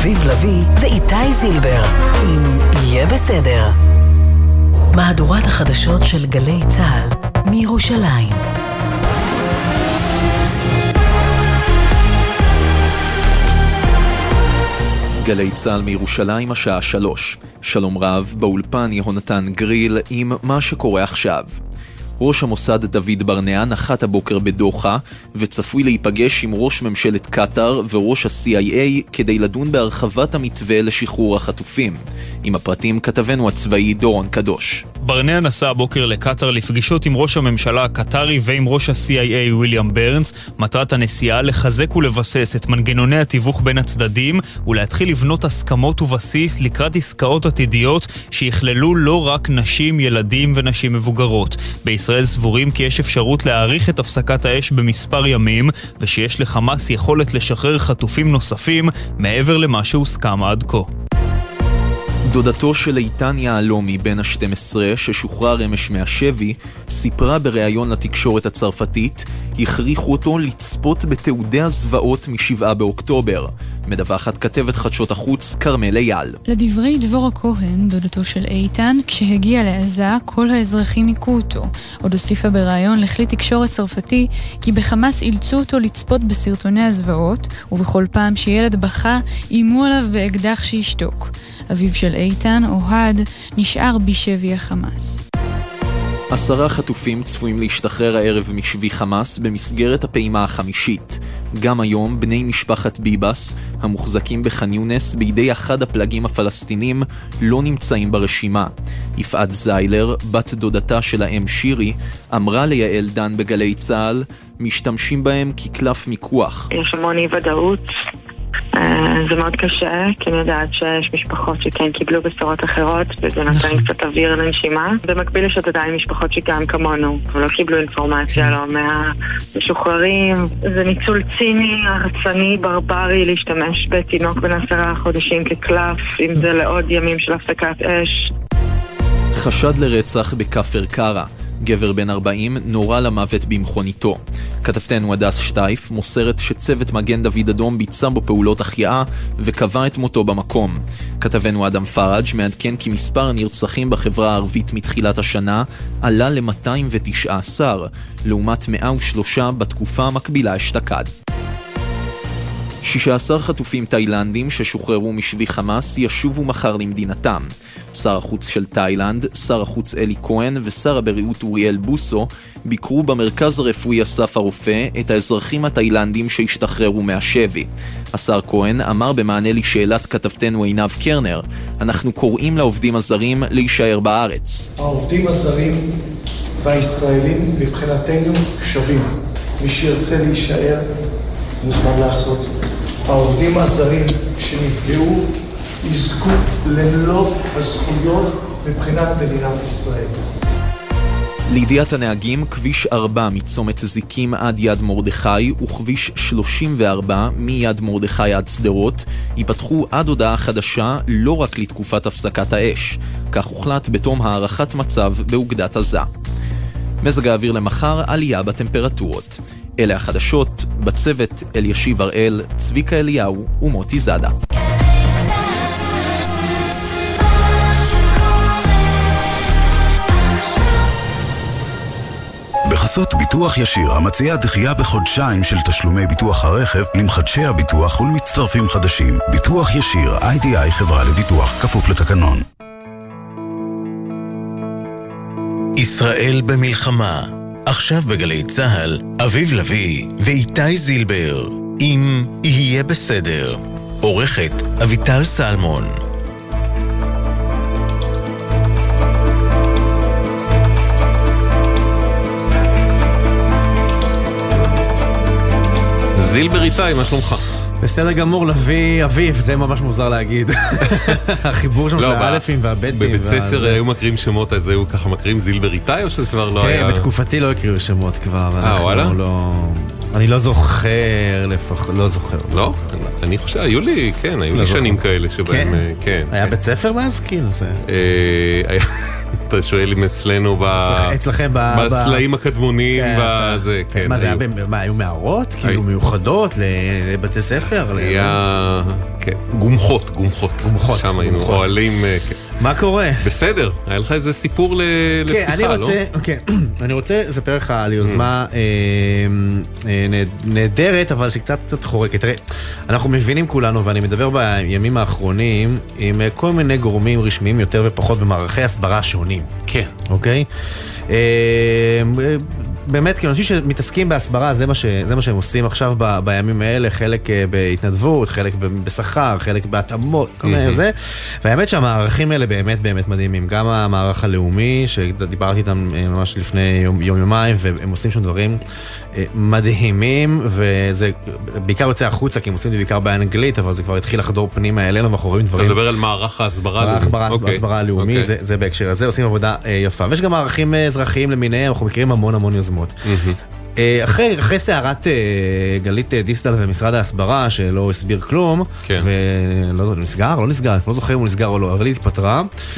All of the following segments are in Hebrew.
אביב לוי ואיתי זילבר עם יהיה בסדר. מהדורת החדשות של גלי צהל מירושלים. גלי צהל מירושלים השעה 3. שלום רב, באולפן יהונתן גריל עם מה שקורה עכשיו. ראש המוסד דוד ברנע נחת הבוקר בדוחה וצפוי להיפגש עם ראש ממשלת קטר וראש ה-CIA כדי לדון בהרחבת המתווה לשחרור החטופים. עם הפרטים כתבנו הצבאי דורון קדוש. ברנע נסע הבוקר לקטר לפגישות עם ראש הממשלה הקטרי ועם ראש ה-CIA וויליאם ברנס. מטרת הנסיעה לחזק ולבסס את מנגנוני התיווך בין הצדדים ולהתחיל לבנות הסכמות ובסיס לקראת עסקאות עתידיות שיכללו לא רק נשים, ילדים ונשים מבוגרות. בישראל סבורים כי יש אפשרות להאריך את הפסקת האש במספר ימים ושיש לחמאס יכולת לשחרר חטופים נוספים מעבר למה שהוסכם עד כה. דודתו של איתן יעלומי בן ה-12 ששוחרר אמש מהשבי סיפרה בריאיון לתקשורת הצרפתית הכריחו אותו לצפות בתיעודי הזוועות מ7 באוקטובר. מדווחת כתבת חדשות החוץ קרמל אייל. לדברי דבורה כהן, דודתו של איתן, כשהגיע לעזה כל האזרחים היכו אותו. עוד הוסיפה בריאיון לכלי תקשורת צרפתי כי בחמאס אילצו אותו לצפות בסרטוני הזוועות ובכל פעם שילד בכה אימו עליו באקדח שישתוק. אביו של איתן, אוהד, נשאר בשבי החמאס. 10 חטופים צפויים להשתחרר הערב משבי חמאס במסגרת הפעימה החמישית. גם היום בני משפחת ביבס, המוחזקים בח'אן יונס בידי אחד הפלגים הפלסטינים, לא נמצאים ברשימה. יפעת זיילר, בת דודתה של האם שירי, אמרה ליעל דן בגלי צהל, משתמשים בהם כקלף מיקוח. יש המון אי ודאות. זה מאוד קשה, כי אני יודעת שיש משפחות שכן קיבלו בשורות אחרות, וזה נותן קצת אוויר לנשימה. במקביל יש עדיין משפחות שגם כמונו, ולא קיבלו אינפורמציה, לא מהמשוחררים. זה ניצול ציני, הרצני, ברברי, להשתמש בתינוק בן 10 חודשים כקלף, אם זה לעוד ימים של הפסקת אש. חשד לרצח בכפר קרה. גבר בן 40 נורה למוות במכוניתו. כתבתנו הדס שטייף מוסרת שצוות מגן דוד אדום ביצע בו פעולות החייאה וקבע את מותו במקום. כתבנו אדם פראג' מעדכן כי מספר הנרצחים בחברה הערבית מתחילת השנה עלה ל-219, לעומת 103 בתקופה המקבילה אשתקד. 16 חטופים תאילנדים ששוחררו משבי חמאס ישובו מחר למדינתם. שר החוץ של תאילנד, שר החוץ אלי כהן ושר הבריאות אוריאל בוסו ביקרו במרכז הרפואי אסף הרופא את האזרחים התאילנדים שהשתחררו מהשבי. השר כהן אמר במענה לשאלת כתבתנו עינב קרנר, אנחנו קוראים לעובדים הזרים להישאר בארץ. העובדים הזרים והישראלים מבחינתנו שווים. מי שירצה להישאר מוזמן לעשות זאת. העובדים הזרים שנפגעו יזכו למלוא הזכויות מבחינת מדינת ישראל. לידיעת הנהגים, כביש 4 מצומת זיקים עד יד מרדכי וכביש 34 מיד מרדכי עד סדרות ייפתחו עד הודעה חדשה לא רק לתקופת הפסקת האש. כך הוחלט בתום הערכת מצב באוגדת עזה. מזג האוויר למחר, עלייה בטמפרטורות. אלה החדשות, בצוות אלישיב הראל, צביקה אליהו ומוטי זאדה. בחסות ביטוח ישיר, המציע דחייה בחודשיים של תשלומי ביטוח הרכב למחדשי הביטוח ולמצטרפים חדשים. ביטוח ישיר, IDI חברה לביטוח, כפוף לתקנון. ישראל במלחמה. עכשיו בגלי צהל, אביב לוי ואיתי זילבר עם יהיה בסדר. עורכת אביטל סלמון. זילבר איתי, מה שלומך? בסדר גמור, לוי אביב, זה ממש מוזר להגיד. החיבור שם של האלפים והבטים. בבית ספר היו מקרים שמות, אז היו ככה מקרים זילבר איתי, או שזה כבר לא היה? כן, בתקופתי לא הקריאו שמות כבר. וואלה? אני לא זוכר, לא זוכר. לא? אני חושב, היו לי שנים כאלה שבהם, כן. היה בית ספר מאז, כאילו? היה... אתה שואל אם אצלנו בסלעים הקדמוניים בזה, כן. מה זה היה, היו מערות? כאילו מיוחדות לבתי ספר? כן, גומחות. שם היינו אוהלים. מה קורה? בסדר, היה לך איזה סיפור לפתיחה, לא? כן, אני רוצה לספר לך על יוזמה נהדרת, אבל שקצת חורקת. תראה, אנחנו מבינים כולנו, ואני מדבר בימים האחרונים, עם כל מיני גורמים רשמיים יותר ופחות במערכי הסברה שונים. כן. אוקיי? באמת, כי אנשים שמתעסקים בהסברה, זה מה שהם עושים עכשיו בימים האלה, חלק בהתנדבות, חלק בשכר, חלק בהתאמות, כל מיני זה. והאמת שהמערכים האלה באמת באמת מדהימים. גם המערך הלאומי, שדיברתי איתם ממש לפני יומיים, והם עושים שם דברים מדהימים, וזה בעיקר יוצא החוצה, כי הם עושים את זה בעיקר באנגלית, אבל זה כבר התחיל לחדור פנימה אלינו, ואנחנו רואים דברים... אתה מדבר על מערך ההסברה הלאומי. מערך ההסברה הלאומי, זה בהקשר הזה, עושים עבודה יפה. ויש גם מערכים אזרחיים למיניהם, אנחנו מכירים המון יוזמות. אחרי סערת גלית דיסטל ומשרד ההסברה שלא הסביר כלום, ולא נסגר, לא זוכר אם הוא נסגר או לא, אבל היא התפטרה,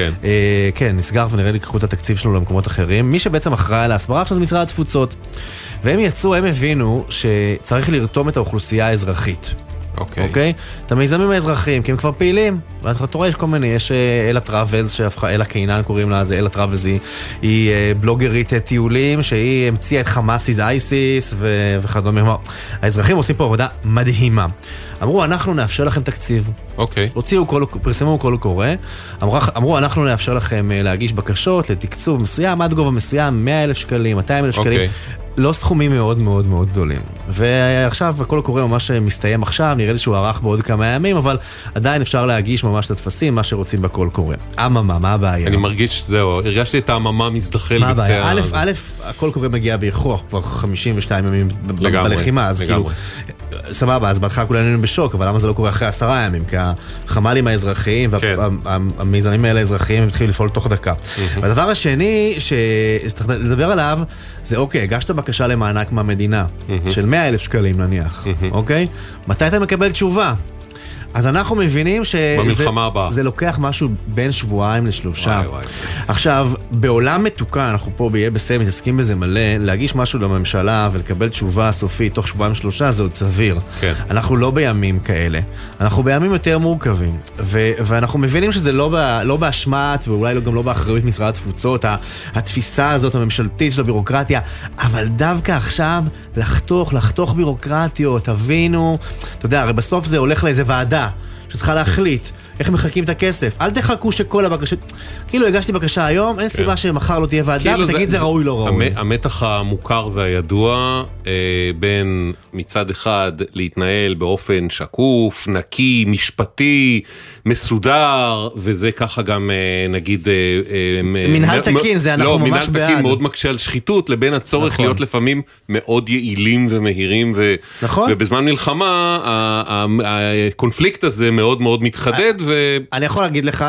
כן, נסגר ונראה לי קחו את התקציב שלו למקומות אחרים. מי שבעצם אחראי על ההסברה עכשיו זה משרד התפוצות, והם יצאו, הם הבינו שצריך לרתום את האוכלוסייה האזרחית. אוקיי? את המיזמים האזרחיים, כי הם כבר פעילים. ואתה רואה, יש כל מיני, יש אלה טראבלס, שהפכה, אלה קינן קוראים לה, זה אלה טראבלס, היא בלוגרית טיולים, שהיא המציאה את חמאסיס אייסיס וכדומה. האזרחים עושים פה עבודה מדהימה. אמרו, אנחנו נאפשר לכם תקציב. אוקיי. פרסמו קול קורא. אמרו, אנחנו נאפשר לכם להגיש בקשות לתקצוב מסוים, עד גובה מסוים, 100,000 שקלים, 200,000 שקלים. לא סכומים מאוד מאוד מאוד גדולים. ועכשיו הקול קורא ממש מסתיים עכשיו, נראה לי שהוא ערך בעוד כמה ימים, אבל עדיין אפשר להגיש ממש את התפסים, מה שרוצים בקול קורא. מה הבעיה? אני מרגיש שזהו, הרגשתי את הממה מזדחל בקצה. מה הבעיה? א', הקול קורא מגיע באיחור, כבר 52 ימים בלחימה, אז כאילו, סבבה, אז בהתחלה כולנו היינו בשוק, אבל למה זה לא קורה אחרי 10 ימים? כי החמ"לים האזרחיים והמיזמים האלה האזרחיים הם התחילו לפעול תוך דקה. והדבר השני שצריך לדבר עליו, זה אוקיי, הגשת בקשה למענק מהמדינה, של 100,000 שקלים נניח, אוקיי? מתי אתה מקבל תשובה? אז אנחנו מבינים שזה לוקח משהו בין שבועיים לשלושה. עכשיו, בעולם מתוקן, אנחנו פה ביהיה בסדר, מתעסקים בזה מלא, להגיש משהו לממשלה ולקבל תשובה סופית תוך שבועיים שלושה, זה עוד סביר. אנחנו לא בימים כאלה. אנחנו בימים יותר מורכבים. ואנחנו מבינים שזה לא באשמת, ואולי גם לא באחריות משרד התפוצות, התפיסה הזאת הממשלתית של הבירוקרטיה, אבל דווקא עכשיו לחתוך בירוקרטיות, תבינו, אתה יודע, הרי בסוף זה הולך לאיזה ועדה, שצריכה להחליט איך מחכים את הכסף. אל תחכו שכל הבקשות... כאילו הגשתי בקשה היום, אין סיבה שמחר לא תהיה ועדה, ותגיד זה ראוי לא ראוי. המתח המוכר והידוע בין מצד אחד להתנהל באופן שקוף, נקי, משפטי, מסודר, וזה ככה גם נגיד... מנהל תקין, זה אנחנו ממש בעד. לא, מנהל תקין מאוד מקשה על שחיתות, לבין הצורך להיות לפעמים מאוד יעילים ומהירים, ובזמן מלחמה הקונפליקט הזה מאוד מאוד מתחדד, אני יכול להגיד לך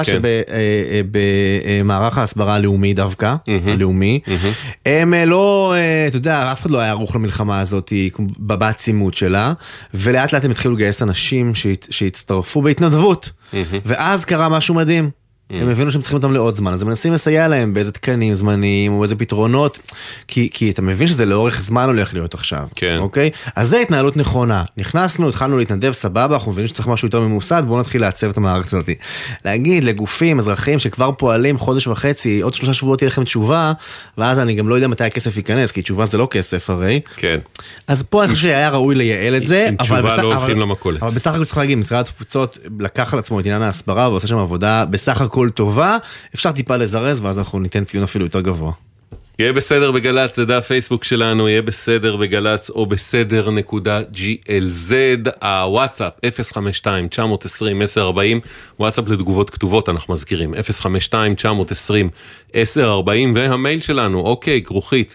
שבמערך ההסברה הלאומי דווקא, הלאומי, הם לא, אתה יודע, אף אחד לא היה ערוך למלחמה הזאת בעצימות שלה, ולאט לאט הם התחילו לגייס אנשים שהצטרפו בהתנדבות, ואז קרה משהו מדהים. הם הבינו שהם צריכים אותם לעוד זמן, אז הם מנסים לסייע להם באיזה תקנים זמניים או איזה פתרונות, כי אתה מבין שזה לאורך זמן הולך להיות עכשיו, אוקיי? אז זה התנהלות נכונה. נכנסנו, התחלנו להתנדב, סבבה, אנחנו מבינים שצריך משהו יותר ממוסד, בואו נתחיל לעצב את המערכת הזאת. להגיד לגופים, אזרחים שכבר פועלים חודש וחצי, עוד 3 שבועות תהיה לכם תשובה, ואז אני גם לא יודע מתי הכסף ייכנס, כי תשובה זה לא כסף הרי. כן. אז פה אני חושב שהיה ראוי לייעל את זה, אבל בסך הכל צריך להגיד, משרד התפוצות לקח על עצמו את עניין ההסברה ועושה שם עבודה בסך הכל טובה, אפשר טיפה לזרז, ואז אנחנו ניתן ציון אפילו יותר גבוה. יהיה בסדר בגלץ, זה דף פייסבוק שלנו, יהיה בסדר בגלץ או בסדר.glz, הוואטסאפ 052-920-1040, וואטסאפ לתגובות כתובות, אנחנו מזכירים, 052-920-1040, והמייל שלנו, אוקיי, כרוכית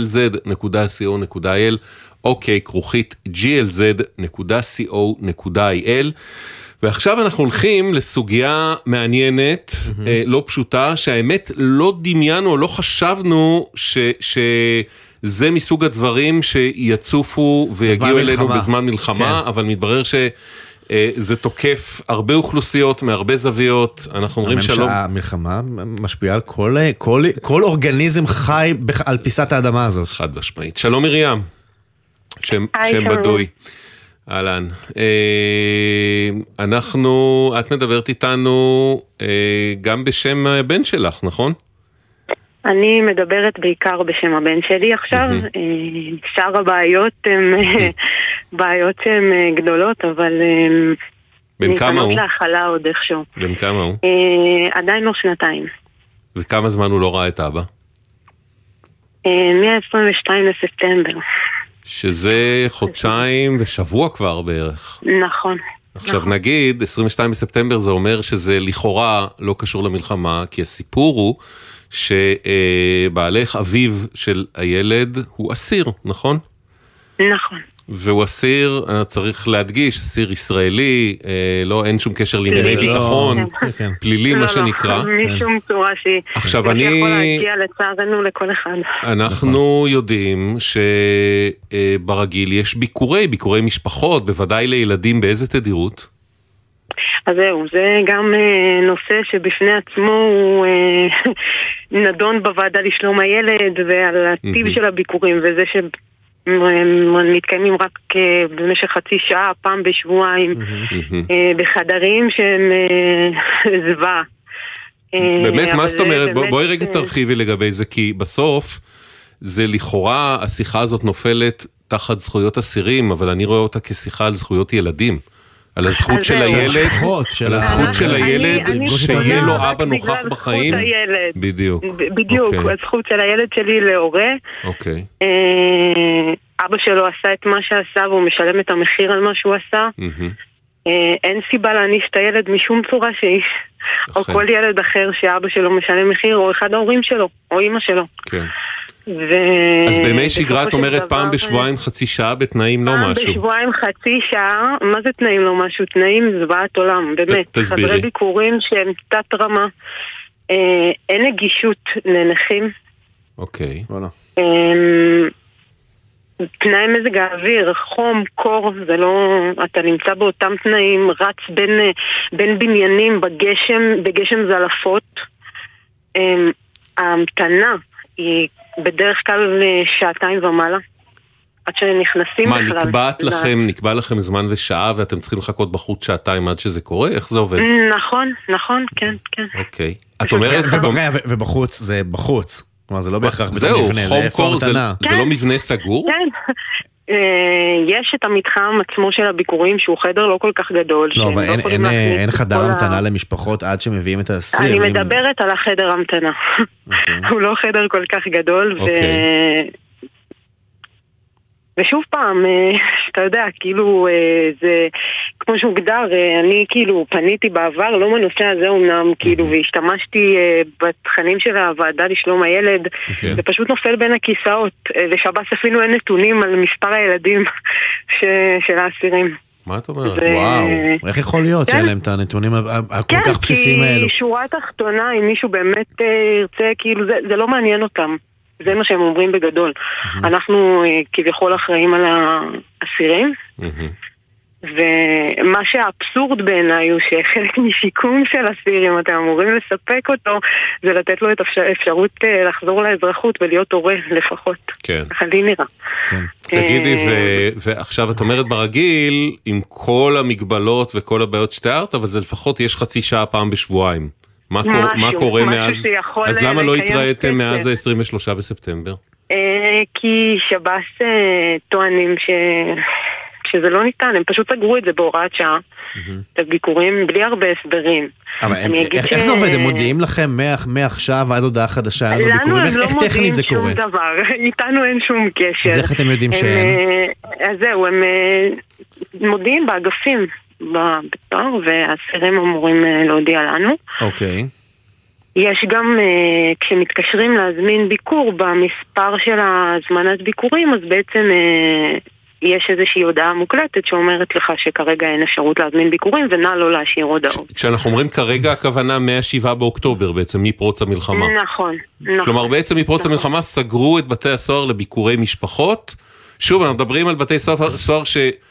glz.co.il, אוקיי, כרוכית glz.co.il, ועכשיו אנחנו הולכים לסוגיה מעניינת, לא פשוטה, שהאמת לא דמיינו, לא חשבנו שזה מסוג הדברים שיצופו ויגיעו אלינו בזמן מלחמה, אבל מתברר שזה תוקף הרבה אוכלוסיות מהרבה זוויות. אנחנו אומרים שלום. המלחמה משפיעה על כל אורגניזם חי על פיסת האדמה הזאת. חד משמעית. שלום מרים, שם בדוי. אהלן. את מדברת איתנו גם בשם הבן שלך, נכון? אני מדברת בעיקר בשם הבן שלי עכשיו. שאר הבעיות הן בעיות שהן גדולות, אבל בן כמה הוא? ניתנות להחלה עוד איכשהו. בן כמה הוא? עדיין לא 2 וכמה זמן הוא לא ראה את אבא? מה-22 לספטמבר. שזה חודשיים ושבוע כבר בערך. נכון. עכשיו נגיד, 22 בספטמבר זה אומר שזה לכאורה לא קשור למלחמה, כי הסיפור הוא שבעלך אביו של הילד הוא אסיר, נכון? נכון. והוא אסיר, צריך להדגיש, אסיר ישראלי, אין שום קשר לענייני ביטחון, פלילי מה שנקרא. לא, משום צורה שהיא עכשיו אני... יכול להגיע לצערנו לכל אחד. אנחנו יודעים שברגיל יש ביקורי משפחות, בוודאי לילדים, באיזה תדירות? אז זהו, זה גם נושא שבפני עצמו הוא נדון בוועדה לשלום הילד ועל הטיב של הביקורים, וזה מתקיימים רק במשך חצי שעה, פעם בשבועיים, בחדרים שהם זוועה. באמת, מה זאת אומרת? בואי רגע תרחיבי לגבי זה, כי בסוף זה לכאורה, השיחה הזאת נופלת תחת זכויות אסירים, אבל אני רואה אותה כשיחה על זכויות ילדים. על הזכות של הילד, על הזכות של הילד שיהיה לו אבא נוכח בחיים. בדיוק. בדיוק, הזכות של הילד שלי להורה. אוקיי. אבא שלו עשה את מה שעשה והוא משלם את המחיר על מה שהוא עשה. אין סיבה להעניש את הילד משום צורה שהיא. או כל ילד אחר שאבא שלו משלם מחיר, או אחד ההורים שלו, או אמא שלו. כן. אז בימי שגרה את אומרת פעם בשבועיים חצי שעה בתנאים לא משהו. פעם בשבועיים חצי שעה, מה זה תנאים לא משהו? תנאים זוועת עולם, באמת. תסבירי. חדרי ביקורים שהם תת רמה, אין נגישות לנכים. אוקיי. תנאי מזג האוויר, חום, קור, זה לא... אתה נמצא באותם תנאים, רץ בין בניינים בגשם זלפות. ההמתנה היא בדרך כלל 2 ומעלה, עד שנכנסים בכלל. מה, נקבע לכם זמן ושעה ואתם צריכים לחכות בחוץ 2 עד שזה קורה? איך זה עובד? נכון, כן. אוקיי. את אומרת... ובחוץ זה בחוץ. כלומר, זה לא בהכרח בתוך מבנה, זהו, חום קור, זה לא מבנה סגור? כן. יש את המתחם עצמו של הביקורים שהוא חדר לא כל כך גדול. לא, אבל אין חדר המתנה למשפחות עד שמביאים את האסיר. אני מדברת על החדר המתנה. הוא לא חדר כל כך גדול. ושוב פעם, אתה יודע, כאילו, זה כמו שהוגדר, אני כאילו פניתי בעבר, לא בנושא הזה אומנם, כאילו, והשתמשתי בתכנים של הוועדה לשלום הילד, זה פשוט נופל בין הכיסאות. לשב"ס אפילו אין נתונים על מספר הילדים של האסירים. מה את אומרת? וואו, איך יכול להיות שאין להם את הנתונים הכל כך בסיסיים האלו? כן, כי שורה תחתונה, אם מישהו באמת ירצה, כאילו, זה לא מעניין אותם. זה מה שהם אומרים בגדול. אנחנו כביכול אחראים על האסירים, ומה שהאבסורד בעיניי הוא שחלק משיקום של אסיר, אם אתם אמורים לספק אותו, זה לתת לו את האפשרות לחזור לאזרחות ולהיות הורה לפחות. כן. ככה לי נראה. תגידי, ועכשיו את אומרת ברגיל, עם כל המגבלות וכל הבעיות שתיארת, אבל זה לפחות יש חצי שעה פעם בשבועיים. מה קורה מאז? אז למה לא התראיתם מאז ה-23 בספטמבר? כי שב"ס טוענים שזה לא ניתן, הם פשוט סגרו את זה בהוראת שעה, את הביקורים בלי הרבה הסברים. אבל איך זה עובד? הם מודיעים לכם מעכשיו עד הודעה חדשה? לנו הם לא מודיעים שום דבר, איתנו אין שום קשר. אז איך אתם יודעים שאין? אז זהו, הם מודיעים באגפים. בביתר, והאסירים אמורים להודיע לנו. אוקיי. יש גם, כשמתקשרים להזמין ביקור במספר של הזמנת ביקורים, אז בעצם יש איזושהי הודעה מוקלטת שאומרת לך שכרגע אין אפשרות להזמין ביקורים, ונא לא להשאיר הודעות. כשאנחנו אומרים כרגע, הכוונה מה-7 באוקטובר, בעצם מפרוץ המלחמה. נכון. כלומר, בעצם מפרוץ המלחמה סגרו את בתי הסוהר לביקורי משפחות. שוב, אנחנו מדברים על בתי סוהר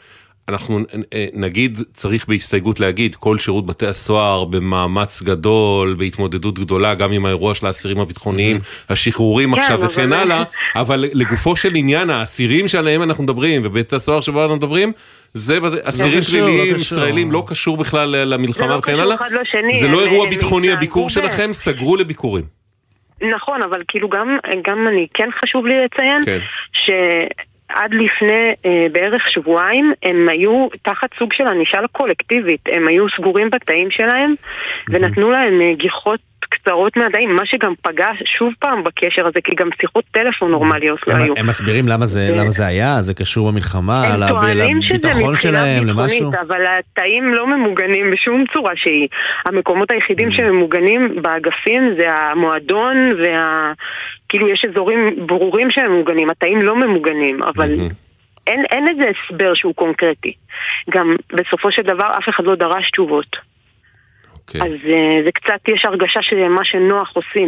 אנחנו נגיד, צריך בהסתייגות להגיד, כל שירות בתי הסוהר במאמץ גדול, בהתמודדות גדולה, גם עם האירוע של האסירים הביטחוניים, השחרורים עכשיו וכן הלאה, אבל לגופו של עניין, האסירים שעליהם אנחנו מדברים, ובית הסוהר שבו אנחנו מדברים, זה אסירים פליליים, ישראלים, לא קשור בכלל למלחמה וכן הלאה. זה לא אירוע ביטחוני הביקור שלכם, סגרו לביקורים. נכון, אבל כאילו גם אני כן חשוב לי לציין, עד לפני בערך שבועיים הם היו תחת סוג של ענישה קולקטיבית, הם היו סגורים בקטעים שלהם ונתנו להם גיחות קצרות מהדעים, מה שגם פגע שוב פעם בקשר הזה, כי גם שיחות טלפון נורמליות לא היו. הם מסבירים למה זה היה? זה קשור במלחמה, לביטחון שלהם, למשהו? אבל התאים לא ממוגנים בשום צורה שהיא. המקומות היחידים שממוגנים באגפים זה המועדון כאילו יש אזורים ברורים שהם ממוגנים, התאים לא ממוגנים, אבל אין איזה הסבר שהוא קונקרטי. גם בסופו של דבר אף אחד לא דרש תשובות. אז זה קצת, יש הרגשה שזה מה שנוח עושים.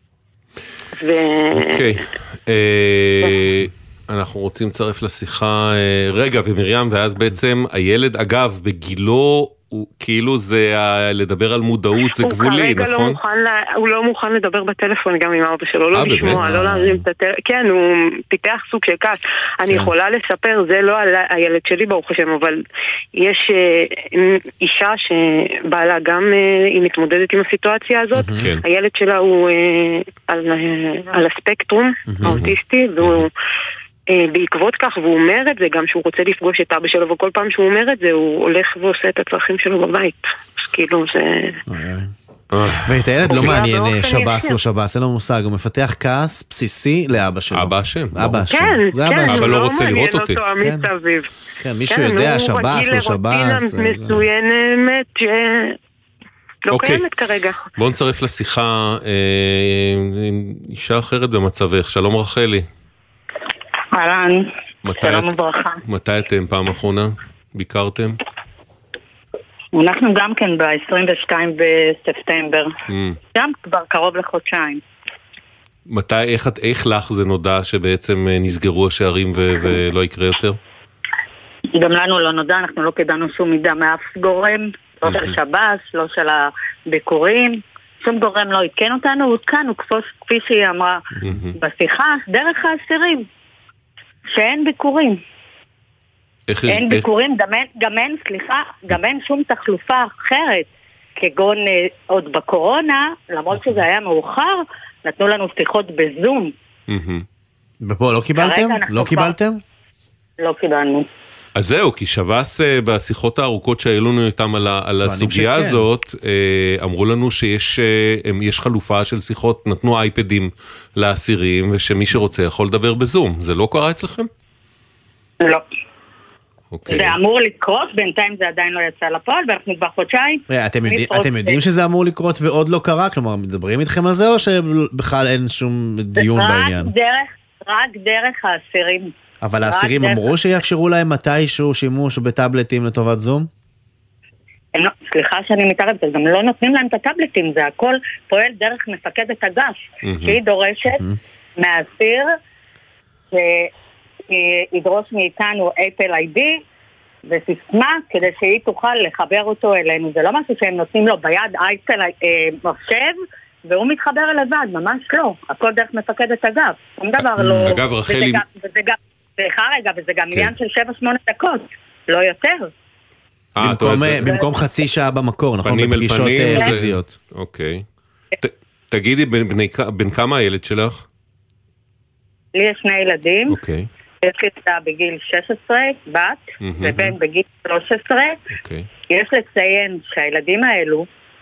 אוקיי. אנחנו רוצים לצרף לשיחה רגע ומרים, ואז בעצם הילד, אגב, בגילו, כאילו זה לדבר על מודעות, זה גבולי, נכון? הוא לא מוכן לדבר בטלפון גם עם אבא שלו, לא לשמוע, לא להרים את הטלפון, כן, הוא פיתח סוג של כעס. אני יכולה לספר, זה לא על הילד שלי ברוך השם, אבל יש אישה שבעלה גם היא מתמודדת עם הסיטואציה הזאת, הילד שלה הוא על הספקטרום האוטיסטי, והוא בעקבות כך, והוא אומר את זה גם שהוא רוצה לפגוש את אבא שלו, וכל פעם שהוא אומר את זה הוא הולך ועושה את הצרכים שלו בבית. אז כאילו זה... ואת הילד לא מעניין שב"ס לא שב"ס, אין לו מושג, הוא מפתח כעס בסיסי לאבא שלו. אבא השם. אבא השם. כן, אבא לא רוצה לראות אותי. כן, מישהו יודע, שב"ס לא שב"ס. מסוימת שלא קיימת כרגע. בואו נצרף לשיחה אישה אחרת במצבך. שלום רחלי. אהלן, שלום וברכה. מתי אתם פעם אחרונה? ביקרתם? אנחנו גם כן ב-22 בספטמבר. גם כבר קרוב לחודשיים. מתי, איך לך זה נודע שבעצם נסגרו השערים ולא יקרה יותר? גם לנו לא נודע, אנחנו לא קיבלנו שום מידע מאף גורם, לא של שב"ס, לא של הביקורים. שום גורם לא עדכן אותנו, עודכנו כפי שהיא אמרה בשיחה, דרך האסירים. שאין ביקורים. אין ביקורים, גם אין שום תחלופה אחרת, כגון עוד בקורונה, למרות שזה היה מאוחר, נתנו לנו שיחות בזום. ופה לא קיבלתם? לא קיבלתם? לא קיבלנו. אז זהו, כי שב"ס בשיחות הארוכות שהיו לנו איתם על הסוגיה הזאת, אמרו לנו שיש חלופה של שיחות, נתנו אייפדים לאסירים, ושמי שרוצה יכול לדבר בזום. זה לא קרה אצלכם? לא. זה אמור לקרות, בינתיים זה עדיין לא יצא לפועל, ואנחנו כבר חודשיים. אתם יודעים שזה אמור לקרות ועוד לא קרה? כלומר, מדברים איתכם על זה, או שבכלל אין שום דיון בעניין? רק דרך האסירים. אבל האסירים אמרו שיאפשרו להם מתישהו שימוש בטאבלטים לטובת זום? סליחה שאני מתערבת, גם לא נותנים להם את הטאבלטים, זה הכל פועל דרך מפקדת אגף, שהיא דורשת מהאסיר שידרוש מאיתנו אפל איי-די וסיסמה כדי שהיא תוכל לחבר אותו אלינו. זה לא משהו שהם נותנים לו ביד אפל מחשב והוא מתחבר לבד, ממש לא. הכל דרך מפקדת אגף. שום דבר לא... אגב, רחלי... וזה גם עניין של 7-8 דקות, לא יותר. במקום חצי שעה במקור, נכון? פנים אל בפגישות פיזיות. אוקיי. תגידי, בין כמה הילד שלך? לי יש 2 ילדים. אוקיי. יש לי אותה בגיל 16, בת, ובן בגיל 13. יש לציין שהילדים האלו,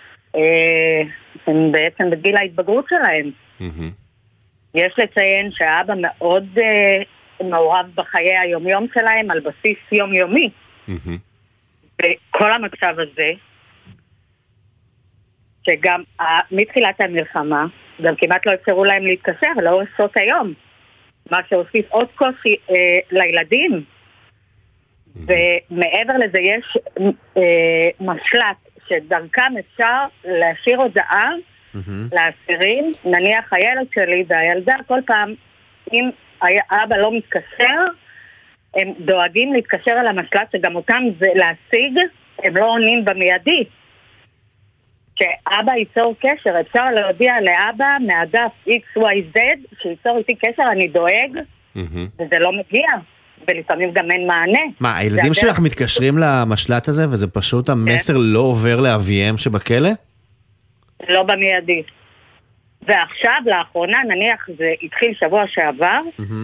הם בעצם בגיל ההתבגרות שלהם. יש לציין שהאבא מאוד מעורב בחיי היומיום שלהם על בסיס יומיומי. וכל המצב הזה, שגם מתחילת המלחמה, גם כמעט לא אפשרו להם להתקשר לאורך שעות היום, מה שהוסיף עוד קושי לילדים. ומעבר לזה יש משלט שדרכם אפשר להשאיר הודעה לאסירים, נניח הילד שלי והילדה כל פעם, אם האבא לא מתקשר, הם דואגים להתקשר על המשלט, שגם אותם זה להשיג, הם לא עונים במיידי. שאבא ייצור קשר, אפשר להודיע לאבא מאגף XYZ, שייצור איתי קשר, אני דואג, וזה לא מגיע. ולפעמים גם אין מענה. מה, הילדים שלך מתקשרים למשלט הזה, וזה פשוט המסר לא עובר לאביהם שבכלא? לא במיידי. ועכשיו, לאחרונה, נניח זה התחיל שבוע שעבר,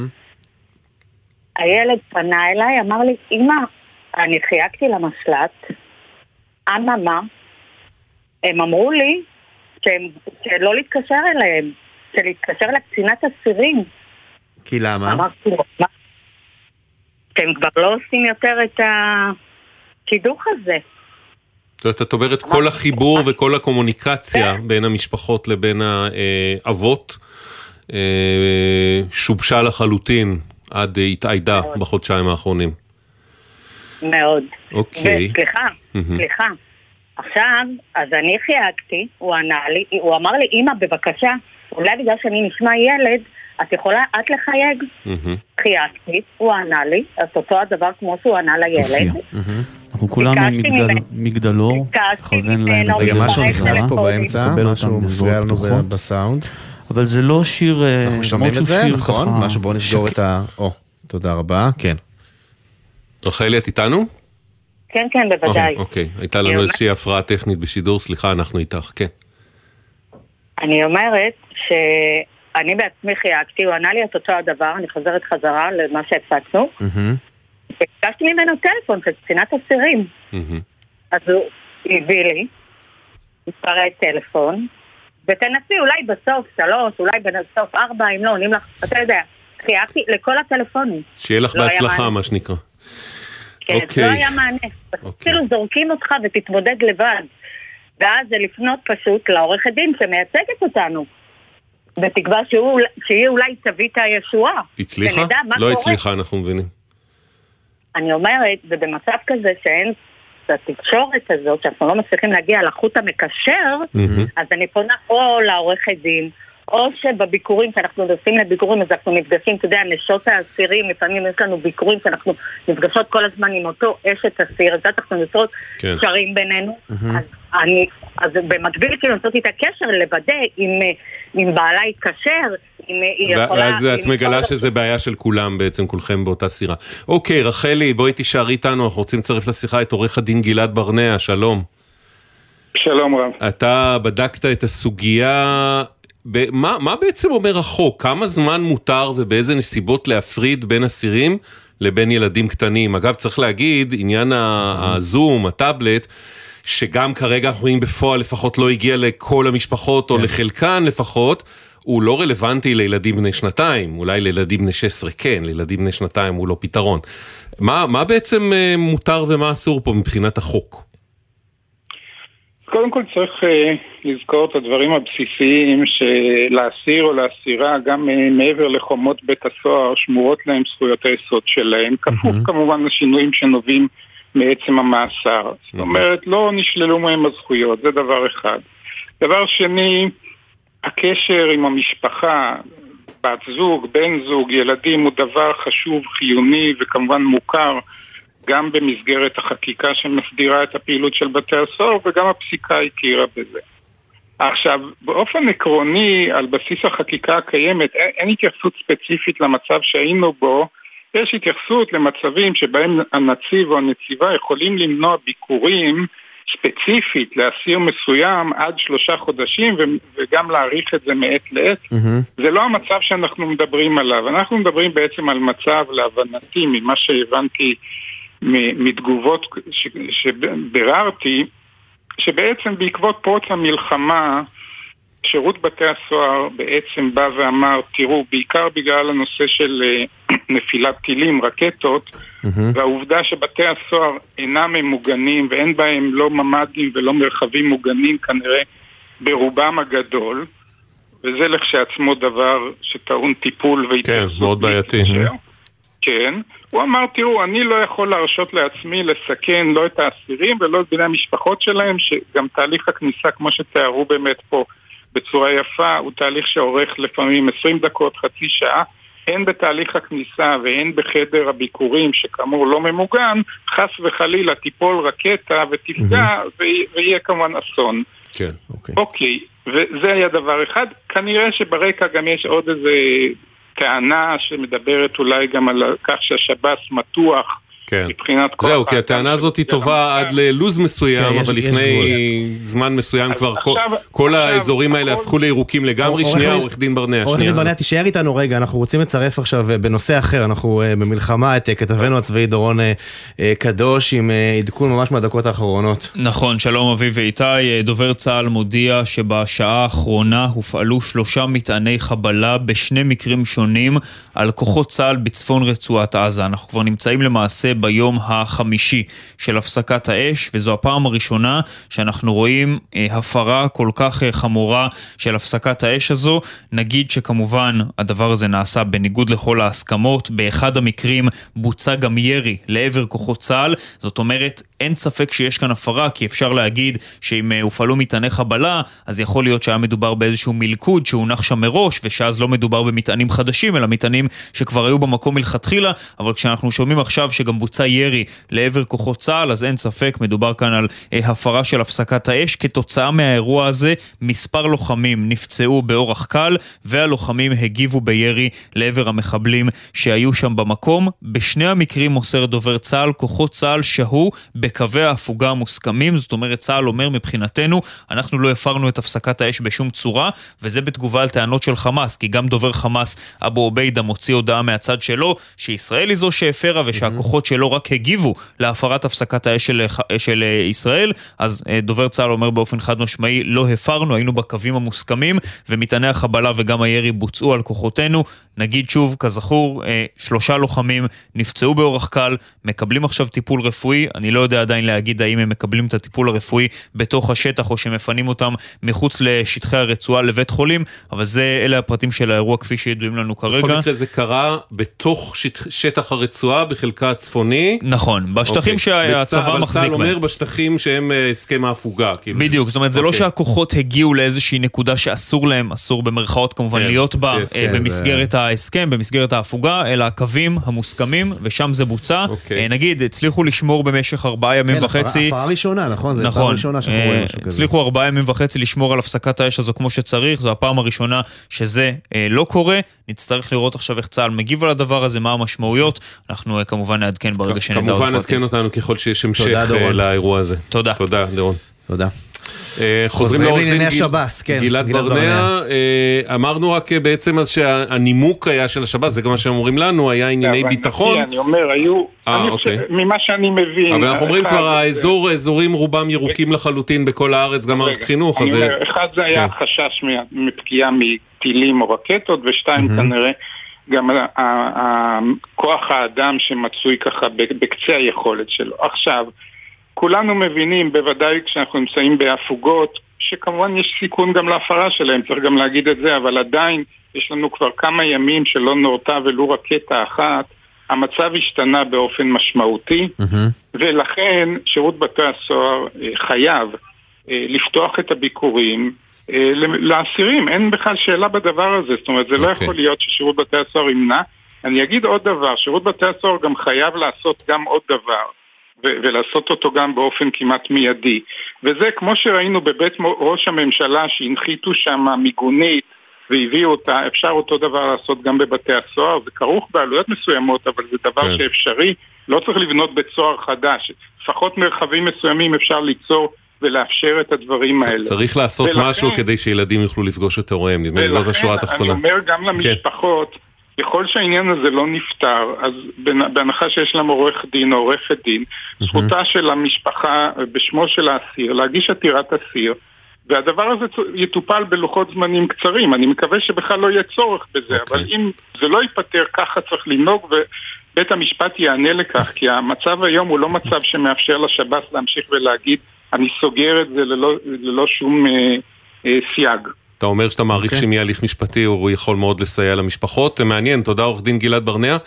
הילד פנה אליי, אמר לי, אמא, אני חייגתי למשלט, אממה, הם אמרו לי שלא להתקשר אליהם, שלהתקשר לקצינת אסירים. כי למה? אמרתי לו, מה? הם כבר לא עושים יותר את הקידוך הזה. את אומרת, כל החיבור וכל הקומוניקציה בין המשפחות לבין האבות שובשה לחלוטין עד התעידה בחודשיים האחרונים. מאוד. אוקיי. סליחה. עכשיו, אז אני חייגתי, הוא ענה לי, הוא אמר לי, אמא, בבקשה, אולי בגלל שאני נשמע ילד, את יכולה את לחייג? חייגתי, הוא ענה לי, אז אותו הדבר כמו שהוא ענה לילד. אנחנו כולנו מגדלור, חוון להם את רגע, משהו נכנס פה באמצע, משהו מפריע לנו בסאונד. אבל זה לא שיר, אנחנו שומעים את זה, נכון? משהו, בואו נסגור את ה... תודה רבה, כן. רחלי, את איתנו? כן, כן, בוודאי. אוקיי, הייתה לנו איזושהי הפרעה טכנית בשידור, סליחה, אנחנו איתך, כן. אני אומרת שאני בעצמי חייגתי, הוא ענה לי את אותו הדבר, אני חוזרת חזרה למה שהפצנו, וביקשתי ממנו טלפון של קצינת אסירים. אז הוא הביא לי, מספרי טלפון, ותנסי אולי בסוף 3, אולי בסוף 4, אם לא עונים לך, אתה יודע, חייגתי לכל הטלפונים. שיהיה לך בהצלחה, מה שנקרא. כן, לא היה מענה. אפילו זורקים אותך ותתמודד לבד. ואז זה לפנות פשוט לעורך הדין שמייצגת אותנו. בתקווה שהיא אולי תביא את הישועה. הצליחה? לא הצליחה, אנחנו מבינים. אני אומרת, ובמצב כזה שאין את התקשורת הזאת, שאנחנו לא מצליחים להגיע לחוט המקשר, אז אני פונה או לעורך הדין, או שבביקורים, שאנחנו נוסעים לביקורים, אז אנחנו נפגשים, אתה יודע, נשות האסירים, לפעמים יש לנו ביקורים שאנחנו נפגשות כל הזמן עם אותו אשת אסיר, אז אנחנו נוצרות קשרים בינינו, אז במקביל כאילו נוצרות את הקשר, לוודא אם בעלה יתקשר, אם היא יכולה... ואז את מגלה שזה בעיה של כולם בעצם, כולכם באותה סירה. אוקיי, רחלי, בואי תישארי איתנו, אנחנו רוצים לצרף לשיחה את עורך הדין גלעד ברנע, שלום. שלום רב. אתה בדקת את הסוגיה... מה בעצם אומר החוק? כמה זמן מותר ובאיזה נסיבות להפריד בין אסירים לבין ילדים קטנים? אגב, צריך להגיד, עניין הזום, הטאבלט, שגם כרגע אנחנו רואים בפועל לפחות לא הגיע לכל המשפחות או לחלקן לפחות, הוא לא רלוונטי לילדים בני 2, אולי לילדים בני 16, כן, לילדים בני 2 הוא לא פתרון. מה בעצם מותר ומה אסור פה מבחינת החוק? קודם כל צריך לזכור את הדברים הבסיסיים שלאסיר או לאסירה גם מעבר לחומות בית הסוהר שמורות להם זכויות היסוד שלהם, כפוף כמובן לשינויים שנובעים מעצם המאסר. זאת אומרת, לא נשללו מהם הזכויות, זה דבר אחד. דבר שני, הקשר עם המשפחה, בת זוג, בן זוג, ילדים, הוא דבר חשוב, חיוני וכמובן מוכר גם במסגרת החקיקה שמסדירה את הפעילות של בתי הסוהר, וגם הפסיקה הכירה בזה. עכשיו, באופן עקרוני, על בסיס החקיקה הקיימת, אין התייחסות ספציפית למצב שהיינו בו, יש התייחסות למצבים שבהם הנציב או הנציבה יכולים למנוע ביקורים ספציפית לאסיר מסוים עד 3 חודשים, וגם להאריך את זה מעת לעת. זה לא המצב שאנחנו מדברים עליו. אנחנו מדברים בעצם על מצב, להבנתי, ממה שהבנתי מתגובות שבררתי, שבעצם בעקבות פרוץ המלחמה, שירות בתי הסוהר בעצם בא ואמר, תראו, בעיקר בגלל הנושא של נפילת טילים, רקטות, והעובדה שבתי הסוהר אינם ממוגנים, ואין בהם לא ממדים ולא מרחבים מוגנים, כנראה ברובם הגדול, וזה לכשעצמו דבר שטעון טיפול והתייחסות. כן, מאוד בעייתי. כן, הוא אמר, תראו, אני לא יכול להרשות לעצמי לסכן לא את האסירים ולא את בני המשפחות שלהם, שגם תהליך הכניסה, כמו שתיארו באמת פה בצורה יפה, הוא תהליך שעורך לפעמים 20 דקות, חצי שעה, הן בתהליך הכניסה והן בחדר הביקורים שכאמור לא ממוגן, חס וחלילה תיפול רקטה ותפגע ויהיה כמובן אסון. כן, אוקיי, וזה היה דבר אחד. כנראה שברקע גם יש עוד איזה טענה שמדברת אולי גם על כך שהשב"ס מתוח מבחינת כוח. זהו, כי הטענה הזאת היא טובה עד ללוז מסוים, אבל לפני זמן מסוים כבר כל האזורים האלה הפכו לירוקים לגמרי. שנייה, עורך דין ברנע. עורך דין ברנע, תישאר איתנו רגע, אנחנו רוצים לצרף עכשיו בנושא אחר, אנחנו במלחמה את כתבנו הצבאי דורון קדוש עם עדכון ממש מהדקות האחרונות. נכון, שלום אביב ואיתי, דובר צה"ל מודיע שבשעה האחרונה הופעלו 3 מטעני חבלה בשני מקרים שונים על כוחות צה"ל בצפון רצועת עזה. אנחנו כבר נמצאים למעשה ביום החמישי של הפסקת האש, וזו הפעם הראשונה שאנחנו רואים הפרה כל כך חמורה של הפסקת האש הזו. נגיד שכמובן הדבר הזה נעשה בניגוד לכל ההסכמות, באחד המקרים בוצע גם ירי לעבר כוחות צה"ל, זאת אומרת אין ספק שיש כאן הפרה, כי אפשר להגיד שאם הופעלו מטעני חבלה, אז יכול להיות שהיה מדובר באיזשהו מלכוד שהונח שם מראש, ושאז לא מדובר במטענים חדשים, אלא מטענים שכבר היו במקום מלכתחילה, אבל כשאנחנו שומעים עכשיו שגם בוצע ירי לעבר כוחות צה"ל, אז אין ספק, מדובר כאן על הפרה של הפסקת האש. כתוצאה מהאירוע הזה, מספר לוחמים נפצעו באורח קל, והלוחמים הגיבו בירי לעבר המחבלים שהיו שם במקום. בשני המקרים מוסר דובר צה"ל, כוחות צה"ל שהו בקווי ההפוגה המוסכמים, זאת אומרת צה"ל אומר מבחינתנו, אנחנו לא הפרנו את הפסקת האש בשום צורה, וזה בתגובה על טענות של חמאס, כי גם דובר חמאס אבו עוביידה מוציא הודעה מהצד שלו, שישראל היא זו שהפרה ושהכוחות שלו רק הגיבו להפרת הפסקת האש של ישראל. אז דובר צה"ל אומר באופן חד משמעי, לא הפרנו, היינו בקווים המוסכמים, ומטעני החבלה וגם הירי בוצעו על כוחותינו. נגיד שוב, כזכור, 3 לוחמים נפצעו באורח קל, מקבלים עכשיו טיפול רפואי. אני לא יודע עדיין להגיד האם הם מקבלים את הטיפול הרפואי בתוך השטח או שמפנים אותם מחוץ לשטחי הרצועה לבית חולים, אבל אלה הפרטים של האירוע כפי שידועים לנו כרגע. בכל מקרה זה קרה בתוך שטח הרצועה בחלקה הצפוני. נכון, בשטחים שהצבא מחזיק בהם. אבל צה"ל אומר בשטחים שהם הסכם ההפוגה. בדיוק, זאת אומרת זה לא שהכוחות הגיעו לאיזושהי נקודה שאסור להם, אסור במרכאות כמובן להיות בה במסגרת ההסכם, במסגרת ההפוגה, אלא הקווים המוסכמים, ושם זה בוצע. נגיד, הצליחו לשמור במשך 4 ימים וחצי. הפרה ראשונה, נכון? זה הפעם הראשונה שאנחנו רואים משהו כזה. הצליחו 4 ימים וחצי לשמור על הפסקת האש הזו כמו שצריך, זו הפעם הראשונה שזה לא קורה. נצטרך לראות עכשיו איך צה"ל מגיב על הדבר הזה, מה המשמעויות. אנחנו כמובן נעדכן ברגע שנדע. כמובן נעדכן אותנו ככל שיש המשך לאירוע הזה. תודה. תודה, דורון. תודה. חוזרים לענייני השב"ס, כן. גלעד ברנע, אמרנו רק בעצם אז שהנימוק היה של השב"ס, זה גם מה שהם אומרים לנו, היה ענייני ביטחון. אני אומר, היו, ממה שאני מבין. אבל אנחנו אומרים כבר, האזורים רובם ירוקים לחלוטין בכל הארץ, גם מערכת חינוך. אני אומר, אחד זה היה חשש מפגיעה מטילים או רקטות, ושתיים כנראה גם כוח האדם שמצוי ככה בקצה היכולת שלו. עכשיו, כולנו מבינים, בוודאי כשאנחנו נמצאים בהפוגות, שכמובן יש סיכון גם להפרה שלהם, צריך גם להגיד את זה, אבל עדיין יש לנו כבר כמה ימים שלא נורתה ולו רקטה אחת, המצב השתנה באופן משמעותי, ולכן שירות בתי הסוהר חייב לפתוח את הביקורים לאסירים. אין בכלל שאלה בדבר הזה, זאת אומרת, זה לא יכול להיות ששירות בתי הסוהר ימנע. אני אגיד עוד דבר, שירות בתי הסוהר גם חייב לעשות גם עוד דבר, ולעשות אותו גם באופן כמעט מיידי. וזה כמו שראינו בבית ראש הממשלה שהנחיתו שם מיגונית והביאו אותה, אפשר אותו דבר לעשות גם בבתי הסוהר. זה כרוך בעלויות מסוימות, אבל זה דבר שאפשרי. לא צריך לבנות בית סוהר חדש. לפחות מרחבים מסוימים אפשר ליצור ולאפשר את הדברים האלה. צריך לעשות משהו כדי שילדים יוכלו לפגוש את הוריהם. נדמה לי זאת השורה התחתונה. אני אומר גם למשפחות, ככל שהעניין הזה לא נפטר, אז בהנחה שיש להם עורך דין או עורכת דין, זכותה של המשפחה בשמו של האסיר להגיש עתירת אסיר, והדבר הזה יטופל בלוחות זמנים קצרים. אני מקווה שבכלל לא יהיה צורך בזה, אבל אם זה לא ייפטר, ככה צריך לנהוג, ובית המשפט יענה לכך, כי המצב היום הוא לא מצב שמאפשר לשב"ס להמשיך ולהגיד, אני סוגר את זה ללא שום סייג. אתה אומר שאתה מעריך שאם יהיה הליך משפטי הוא יכול מאוד לסייע למשפחות. מעניין, תודה עורך דין גלעד ברנע.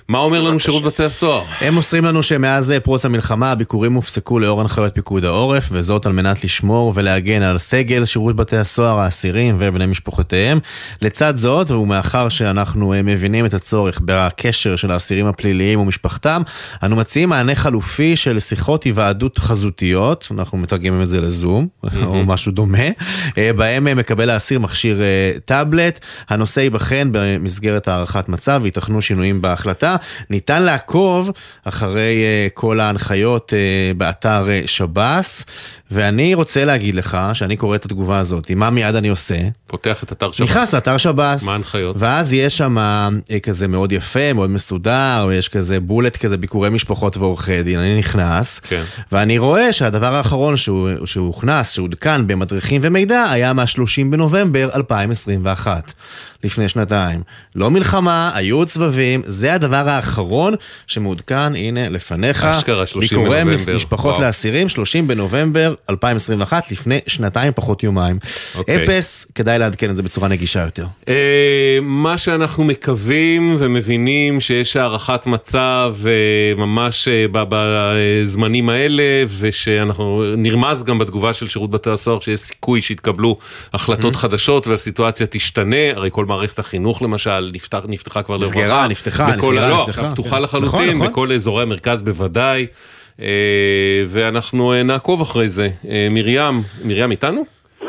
מה אומר לנו שירות בתי הסוהר? הם מוסרים לנו שמאז פרוץ המלחמה הביקורים הופסקו לאור הנחיות פיקוד העורף, וזאת על מנת לשמור ולהגן על סגל שירות בתי הסוהר, האסירים ובני משפחותיהם. לצד זאת, ומאחר שאנחנו מבינים את הצורך בקשר של האסירים הפליליים ומשפחתם, אנו מציעים מענה חלופי של שיחות היוועדות חזותיות, אנחנו מתרגמים את זה לזום, או משהו דומה, בהם מקבל האסיר מכשיר טאבלט, הנושא ייבחן במסגרת הערכת מצב, ויתכנו שינויים בהחלטה. ניתן לעקוב אחרי כל ההנחיות באתר שב"ס, ואני רוצה להגיד לך שאני קורא את התגובה הזאת, מה מיד אני עושה? פותח את אתר שב"ס. נכנס לאתר שב"ס. מה ההנחיות? ואז יש שם כזה מאוד יפה, מאוד מסודר, ויש כזה בולט כזה ביקורי משפחות ועורכי דין. אני נכנס, כן. ואני רואה שהדבר האחרון שהוכנס, שהודכן במדריכים ומידע, היה מה-30 בנובמבר 2021. לפני שנתיים. לא מלחמה, היו צבבים, זה הדבר האחרון שמעודכן, הנה, לפניך. אשכרה, 30 ביקורי בנובמבר. משפחות לאסירים, 30 בנובמבר 2021, לפני שנתיים פחות יומיים. אפס, כדאי לעדכן את זה בצורה נגישה יותר. מה שאנחנו מקווים ומבינים שיש הערכת מצב ממש בזמנים האלה, ושאנחנו נרמז גם בתגובה של שירות בתי הסוהר, שיש סיכוי שהתקבלו החלטות חדשות והסיטואציה תשתנה, הרי כל מערכת החינוך למשל נפתחה כבר לרווחה. סגרה, נפתחה. לא, פתוחה לחלוטין, בכל אזורי המרכז בוודאי, ואנחנו נעקוב אחרי זה. מרים איתנו?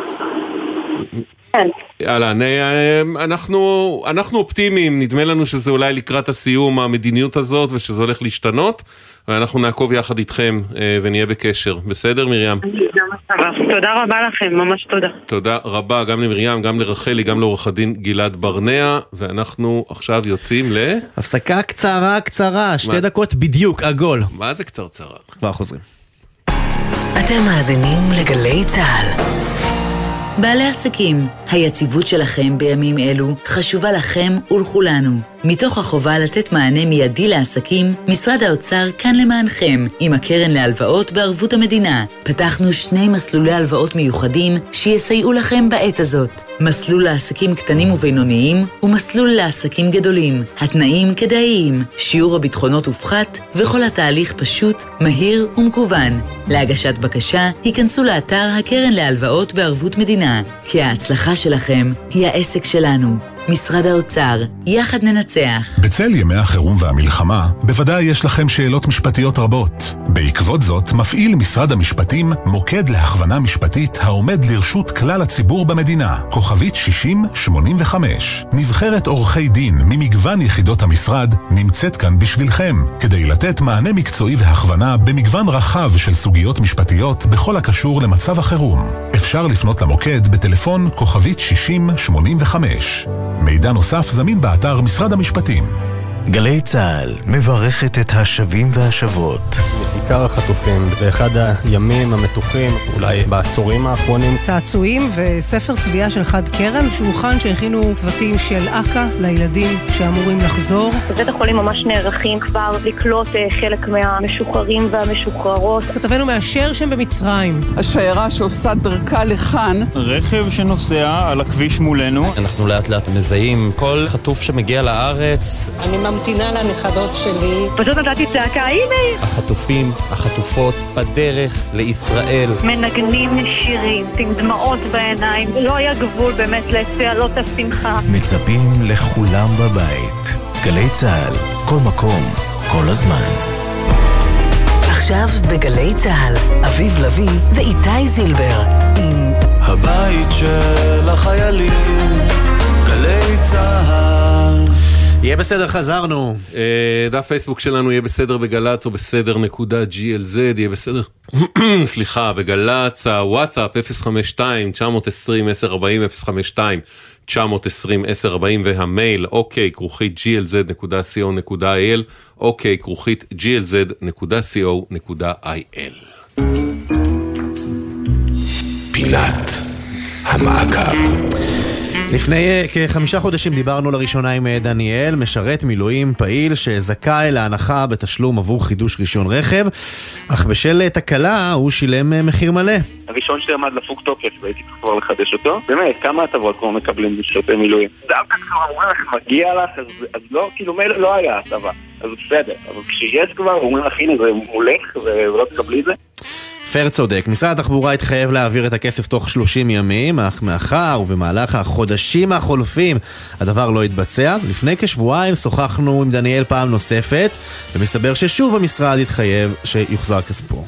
כן. אנחנו אופטימיים, נדמה לנו שזה אולי לקראת הסיום המדיניות הזאת, ושזה הולך להשתנות, ואנחנו נעקוב יחד איתכם ונהיה בקשר. בסדר, מרים? תודה רבה לכם, ממש תודה. תודה רבה גם למרים, גם לרחלי, גם לעורך הדין גלעד ברנע, ואנחנו עכשיו יוצאים הפסקה קצרה, 2 דקות בדיוק, עגול. מה זה קצרה? כבר חוזרים. אתם מאזינים לגלי צהל. בעלי עסקים, היציבות שלכם בימים אלו חשובה לכם ולכולנו. מתוך החובה לתת מענה מיידי לעסקים, משרד האוצר כאן למענכם, עם הקרן להלוואות בערבות המדינה. פתחנו 2 מסלולי הלוואות מיוחדים שיסייעו לכם בעת הזאת. מסלול לעסקים קטנים ובינוניים ומסלול לעסקים גדולים. התנאים כדאיים, שיעור הביטחונות הופחת וכל התהליך פשוט, מהיר ומקוון. להגשת בקשה, היכנסו לאתר הקרן להלוואות בערבות מדינה, כי ההצלחה שלכם היא העסק שלנו. משרד האוצר, יחד ננצח. בצל ימי החירום והמלחמה, בוודאי יש לכם שאלות משפטיות רבות. בעקבות זאת, מפעיל משרד המשפטים מוקד להכוונה משפטית העומד לרשות כלל הציבור במדינה, כוכבית 6085. נבחרת עורכי דין ממגוון יחידות המשרד נמצאת כאן בשבילכם, כדי לתת מענה מקצועי והכוונה במגוון רחב של סוגיות משפטיות בכל הקשור למצב החירום. אפשר לפנות למוקד בטלפון כוכבית 6085. מידע נוסף זמין באתר משרד המשפטים. גלי צהל מברכת את השבים והשבות. בעיקר החטופים, באחד הימים המתוחים, אולי בעשורים האחרונים. צעצועים וספר צביעה של חד קרן, שולחן שהכינו צוותים של אקה לילדים שאמורים לחזור. בבית החולים ממש נערכים כבר לקלוט חלק מהמשוחררים והמשוחררות. כתבנו מאשר שהם במצרים. השיירה שעושה דרכה לכאן. רכב שנוסע על הכביש מולנו. אנחנו לאט לאט מזהים כל חטוף שמגיע לארץ. אני ממתינה לנכדות שלי. פשוט נתתי צעקה, הנה! החטופים, החטופות בדרך לישראל. מנגנים שירים, עם דמעות בעיניים. לא היה גבול באמת לצהלות השמחה. מצפים לכולם בבית. גלי צהל, כל מקום, כל הזמן. עכשיו בגלי צהל, אביב לוי ואיתי זילבר עם הבית של החיילים, גלי צהל. יהיה בסדר, חזרנו. דף פייסבוק שלנו יהיה בסדר בגלץ או בסדר.glz, יהיה בסדר, סליחה, בגלץ, הוואטסאפ 052-920-1040, 052-920-1040, והמייל ok@glz.co.il, ok@glz.co.il. פינת המעקב. לפני כ5 חודשים דיברנו לראשונה עם דניאל, משרת מילואים פעיל שזכאי להנחה בתשלום עבור חידוש רישיון רכב, אך בשל תקלה הוא שילם מחיר מלא. הראשון שלי עמד לפוג תוקף והייתי כבר לחדש אותו. באמת, כמה הטבות כבר מקבלים משרתי מילואים? דווקא כבר אומרים לך, מגיע לך, אז לא, כאילו מילא לא היה הטבה. אז בסדר. אבל כשיש כבר, אומרים לך, הנה, זה מולך, ולא תקבלי את זה. פר צודק. משרד התחבורה התחייב להעביר את הכסף תוך 30 ימים, אך מאחר ובמהלך החודשים החולפים הדבר לא התבצע. לפני כשבועיים שוחחנו עם דניאל פעם נוספת, ומסתבר ששוב המשרד התחייב שיוחזר כספו.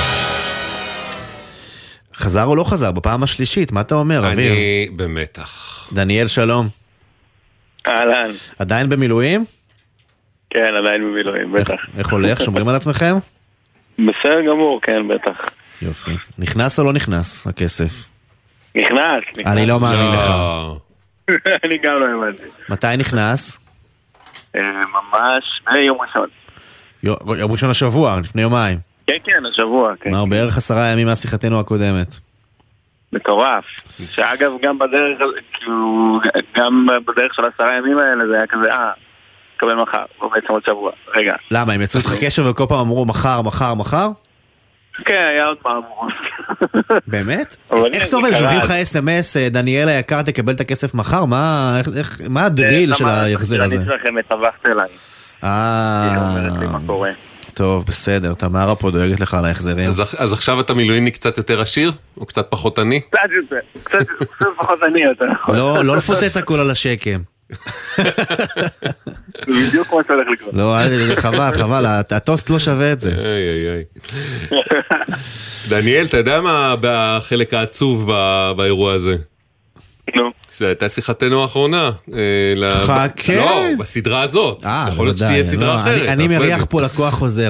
חזר או לא חזר? בפעם השלישית, מה אתה אומר, אביר? אני במתח. דניאל, שלום. אהלן. עדיין במילואים? כן, עדיין במילואים, בטח. איך הולך? שומרים על עצמכם? בסדר גמור, כן, בטח. יופי. נכנס או לא נכנס, הכסף? נכנס. אני לא מאמין לך. אני גם לא האמנתי. מתי נכנס? ממש ביום ראשון. יום ראשון השבוע, לפני יומיים. כן, כן, השבוע, כן. כלומר, בערך 10 ימים מהשיחתנו הקודמת. מטורף. שאגב, גם בדרך, כאילו, גם בדרך של 10 ימים האלה, זה היה כזה, קבל מחר, או בעצם עוד שבוע. רגע. למה, הם יצאו לך קשר וכל פעם אמרו מחר, מחר, מחר? כן, היה עוד מאמור. באמת? איך זה עובד? שולחים לך אס-אמס, דניאל היקר, תקבל את הכסף מחר? מה הדריל של היחזר הזה? אני שלכם מתווכת אליי. טוב, בסדר, תמרה פה דואגת לך על ההחזרים. אז עכשיו אתה מילואימניק קצת יותר עשיר? או קצת פחות עני? קצת פחות עני יותר. לא לפוצץ הכל על השקם. זה בדיוק כמו שהולך לקרות. לא, חבל, הטוסט לא שווה את זה. דניאל, אתה יודע מה בחלק העצוב באירוע הזה? נו. שהייתה שיחתנו האחרונה. חכה. לא, בסדרה הזאת. יכול להיות שתהיה סדרה אחרת. אני מריח פה לקוח חוזר.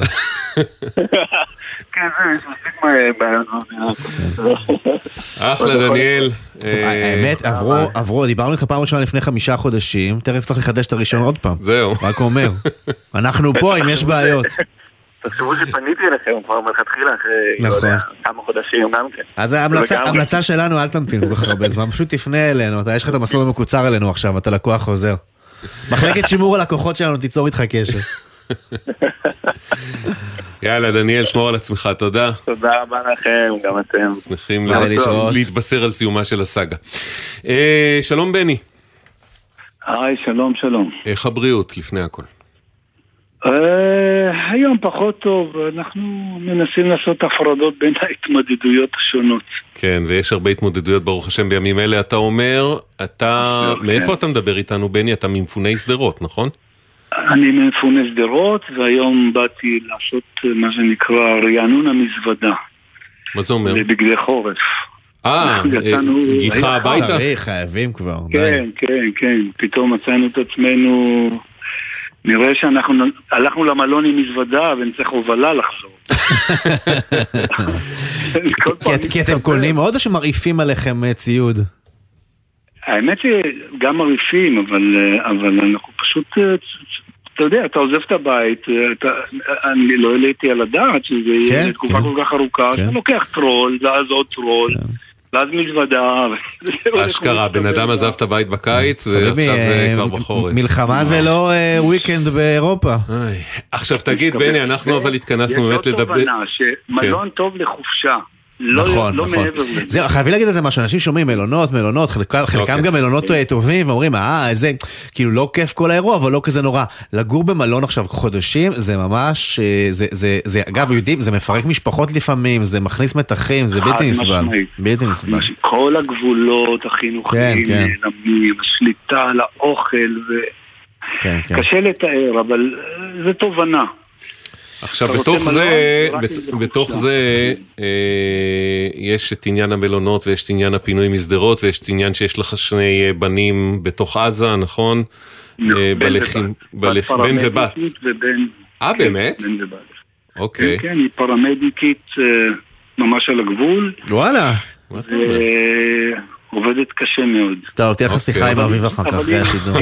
כן, יש מספיק בעיות. אחלה, דניאל. האמת, עברו, דיברנו לך פעם ראשונה לפני 5 חודשים, תכף צריך לחדש את הראשון עוד פעם. זהו. רק אומר. אנחנו פה אם יש בעיות. תחשבו שפניתי אליכם כבר מלכתחילה אחרי כמה חודשים גם כן. אז ההמלצה שלנו, אל תמתין כל כך הרבה זמן, פשוט תפנה אלינו, יש לך את המסלול המקוצר אלינו עכשיו, אתה לקוח חוזר. מחלקת שימור הלקוחות שלנו, תיצור איתך קשר. יאללה, דניאל, שמור על עצמך, תודה. תודה רבה לכם, גם אתם. שמחים להתבשר על סיומה של הסאגה. שלום בני. היי, שלום, שלום. איך הבריאות לפני הכל? היום פחות טוב, אנחנו מנסים לעשות הפרדות בין ההתמודדויות השונות. כן, ויש הרבה התמודדויות ברוך השם בימים אלה. אתה אומר, מאיפה אתה מדבר איתנו בני? אתה ממפוני סדרות, נכון? אני ממפוני סדרות, והיום באתי לעשות מה שנקרא רענון המזוודה. מה זה אומר? לבגדי חורף. גיחה הביתה? חייבים כבר. כן, כן, כן. פתאום מצאנו את עצמנו, נראה שאנחנו הלכנו למלון עם מזוודה ונצטרך הובלה לחזור. כי אתם קונים עוד או שמרעיפים עליכם ציוד? האמת שגם מרעיפים, אבל אנחנו פשוט, אתה יודע, אתה עוזב את הבית, אני לא העליתי על הדעת שזה יהיה תקופה כל כך ארוכה, אתה לוקח טרול, ואז עוד טרול, ואז מזוודה. אשכרה, בן אדם עזב את הבית בקיץ, ועכשיו כבר בחורף. מלחמה זה לא וויקנד באירופה. עכשיו תגיד, בני, אנחנו אבל התכנסנו באמת לדבר. יש עוד תובנה, שמלון טוב לחופשה. לא מעבר לזה. זהו, חייבים להגיד את זה משהו, אנשים שומעים מלונות, חלקם גם מלונות טובים, ואומרים, איזה, כאילו לא כיף כל האירוע, אבל לא כזה נורא. לגור במלון עכשיו חודשים, זה ממש, זה, אגב, יודעים, זה מפרק משפחות לפעמים, זה מכניס מתחים, זה בלתי נסבל. בלתי נסבל. כל הגבולות החינוכיים, השליטה על האוכל, קשה לתאר, אבל זה תובנה. עכשיו, בתוך זה יש את עניין המלונות ויש את עניין הפינוי מסדרות ויש את עניין שיש לך 2 בנים בתוך עזה, נכון? בן ובת. באמת? בן ובת. אוקיי. כן, היא פרמדיקית ממש על הגבול. וואלה. עובדת קשה מאוד. טוב, תהיה לך שיחה עם אביב אחר כך אחרי השידור.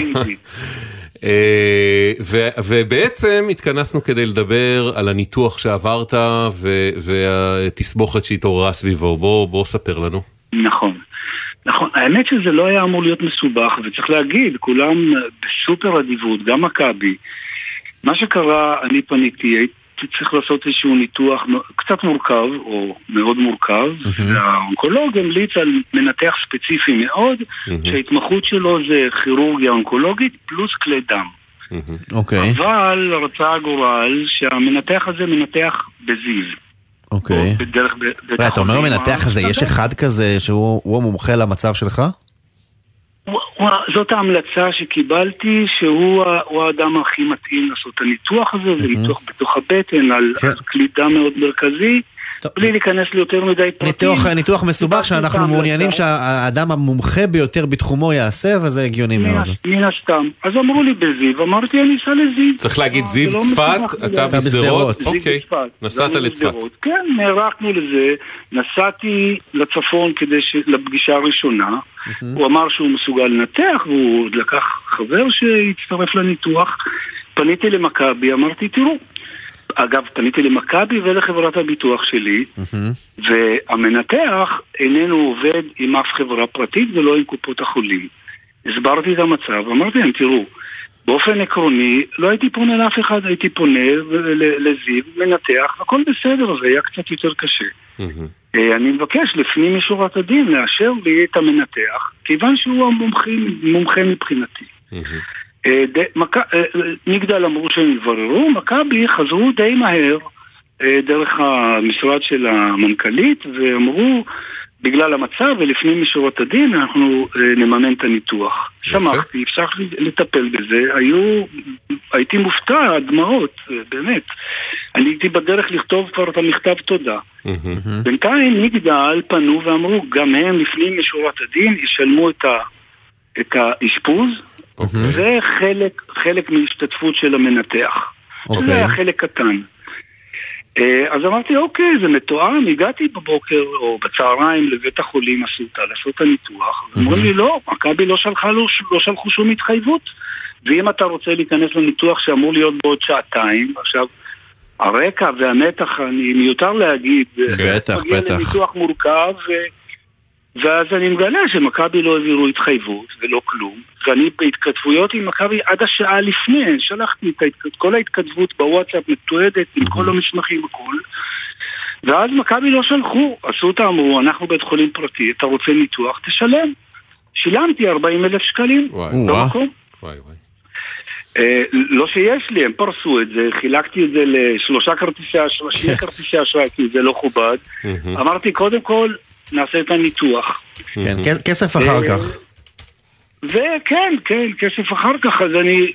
ובעצם התכנסנו כדי לדבר על הניתוח שעברת והתסבוכת שהתעוררה סביבו. בוא ספר לנו. נכון. האמת שזה לא היה אמור להיות מסובך, וצריך להגיד, כולם בסופר אדיבות, גם מכבי. מה שקרה, אני פניתי, הייתי צריך לעשות איזשהו ניתוח קצת מורכב, או מאוד מורכב, והאונקולוג המליץ על מנתח ספציפי מאוד, שההתמחות שלו זה כירורגיה אונקולוגית פלוס כלי דם. אוקיי. אבל רצה הגורל שהמנתח הזה מנתח בזיו. אוקיי. אתה אומר המנתח הזה, יש אחד כזה שהוא המומחה למצב שלך? זאת ההמלצה שקיבלתי, שהוא האדם הכי מתאים לעשות את הניתוח הזה, זה ניתוח בתוך הבטן על כלי דם מאוד מרכזי, בלי להיכנס ליותר מדי פרטים. ניתוח מסובך שאנחנו מעוניינים שהאדם המומחה ביותר בתחומו יעשה, וזה הגיוני מאוד. מן הסתם. אז אמרו לי בזיו, אמרתי אני אסע לזיו. צריך להגיד זיו צפת, אתה בשדרות? אוקיי, נסעת לצפת. כן, נערכנו לזה, נסעתי לצפון לפגישה הראשונה, הוא אמר שהוא מסוגל לנתח, והוא לקח חבר שהצטרף לניתוח, פניתי למכבי, אמרתי תראו, אגב, פניתי למכבי ולחברת הביטוח שלי, והמנתח איננו עובד עם אף חברה פרטית ולא עם קופות החולים. הסברתי את המצב, אמרתי להם, תראו, באופן עקרוני לא הייתי פונה לאף אחד, הייתי פונה לזיו, מנתח, הכל בסדר, זה היה קצת יותר קשה. אני מבקש לפנים משורת הדין לאשר לי את המנתח, כיוון שהוא המומחה מבחינתי. מגדל אמרו שהם יבררו, מכבי חזרו די מהר דרך המשרד של המנכ"לית ואמרו בגלל המצב ולפנים משורת הדין אנחנו נממן את הניתוח. שמחתי, אפשרתי לטפל בזה, הייתי מופתע, דמעות, באמת. אני הייתי בדרך לכתוב כבר את המכתב תודה. בינתיים מגדל פנו ואמרו גם הם לפנים משורת הדין ישלמו את האשפוז, זה חלק מהשתתפות של המנתח. זה היה חלק קטן. אז אמרתי, אוקיי, זה מתואם, הגעתי בבוקר או בצהריים לבית החולים אסותא, לעשות הניתוח. אמרו לי, לא, מכבי לא שלחו שום התחייבות. ואם אתה רוצה להיכנס לניתוח שאמור להיות בעוד שעתיים, עכשיו, הרקע והמתח, אני מיותר להגיד, מגיע לניתוח מורכב, ואז אני מגלה שמכבי לא העבירו התחייבות ולא כלום, ואני בהתכתבויות עם מכבי עד השעה לפני, שלחתי את כל ההתכתבות בוואטסאפ מתועדת עם כל המסמכים הכל, ואז מכבי לא שלחו, אסותא אמרו, אנחנו בית חולים פרטי, אתה רוצה ניתוח, תשלם. שילמתי 40,000 שקלים, במקום. לא שיש לי, הם פרסו את זה, חילקתי את זה לשלושה כרטיסי אשראי, כי זה לא חובד. אמרתי, קודם כל, נעשה את הניתוח. כן, כסף אחר כך. וכן, כסף אחר כך, אז אני,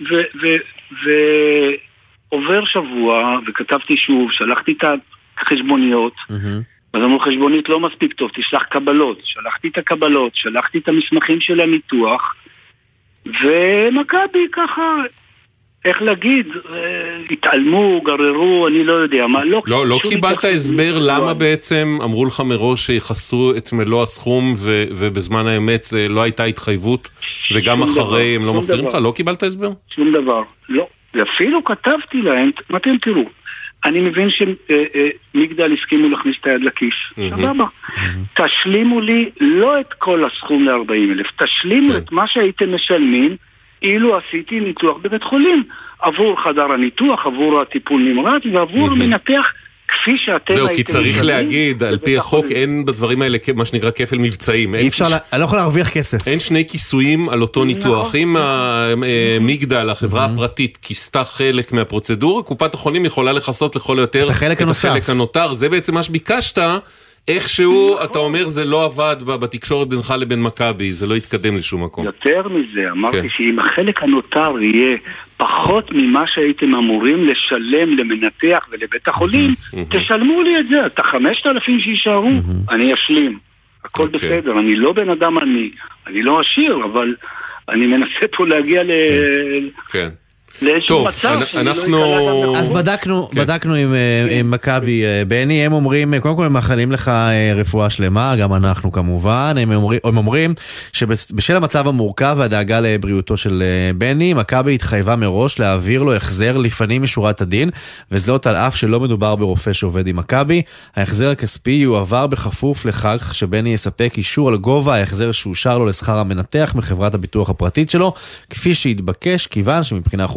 ועובר שבוע, וכתבתי שוב, שלחתי את החשבוניות, אז אמרו, חשבונית לא מספיק טוב, תשלח קבלות. שלחתי את הקבלות, שלחתי את המסמכים של הניתוח, ומכבי ככה, איך להגיד, התעלמו, גררו, אני לא יודע מה, לא קיבלת הסבר למה בעצם אמרו לך מראש שיחסרו את מלוא הסכום ובזמן האמת לא הייתה התחייבות וגם אחרי הם לא מחזירים לך, לא קיבלת הסבר? שום דבר, לא, ואפילו כתבתי להם, אתם תראו, אני מבין שמגדל הסכימו להכניס את היד לכיס, סבבה, תשלימו לי לא את כל הסכום ל-40,000, תשלימו את מה שהייתם משלמים אילו עשיתי ניתוח בבית חולים, עבור חדר הניתוח, עבור הטיפול נמרץ, ועבור המנתח כפי שאתם זהו, כי צריך להגיד, על פי החוק אין בדברים האלה מה שנקרא כפל מבצעים. אי אפשר, אני לא יכול להרוויח כסף. אין שני כיסויים על אותו ניתוח. אם המגדל, החברה הפרטית, כיסתה חלק מהפרוצדורה, קופת החולים יכולה לחסות לכל היותר את החלק הנותר. זה בעצם מה שביקשת, איכשהו אתה אומר זה לא עבד בתקשורת בינך לבין מכבי, זה לא יתקדם לשום מקום. יותר מזה, אמרתי שאם החלק הנותר יהיה פחות ממה שהייתם אמורים לשלם למנתח ולבית החולים, תשלמו לי את זה, את 5,000 שישארו, אני אשלים. הכל בסדר, אני לא בן אדם אני לא עשיר, אבל אני מנסה פה להגיע כן. טוב, אנחנו... אז בדקנו עם מכבי בני, הם אומרים, קודם כל הם מאחלים לך רפואה שלמה, גם אנחנו כמובן, הם אומרים שבשל המצב המורכב והדאגה לבריאותו של בני, מכבי התחייבה מראש להעביר לו החזר לפנים משורת הדין, וזאת על אף שלא מדובר ברופא שעובד עם מכבי. ההחזר הכספי יועבר בכפוף לכך שבני יספק אישור על גובה ההחזר שאושר לו לשכר המנתח מחברת הביטוח הפרטית שלו, כפי שהתבקש, כיוון שמבחינה חוקית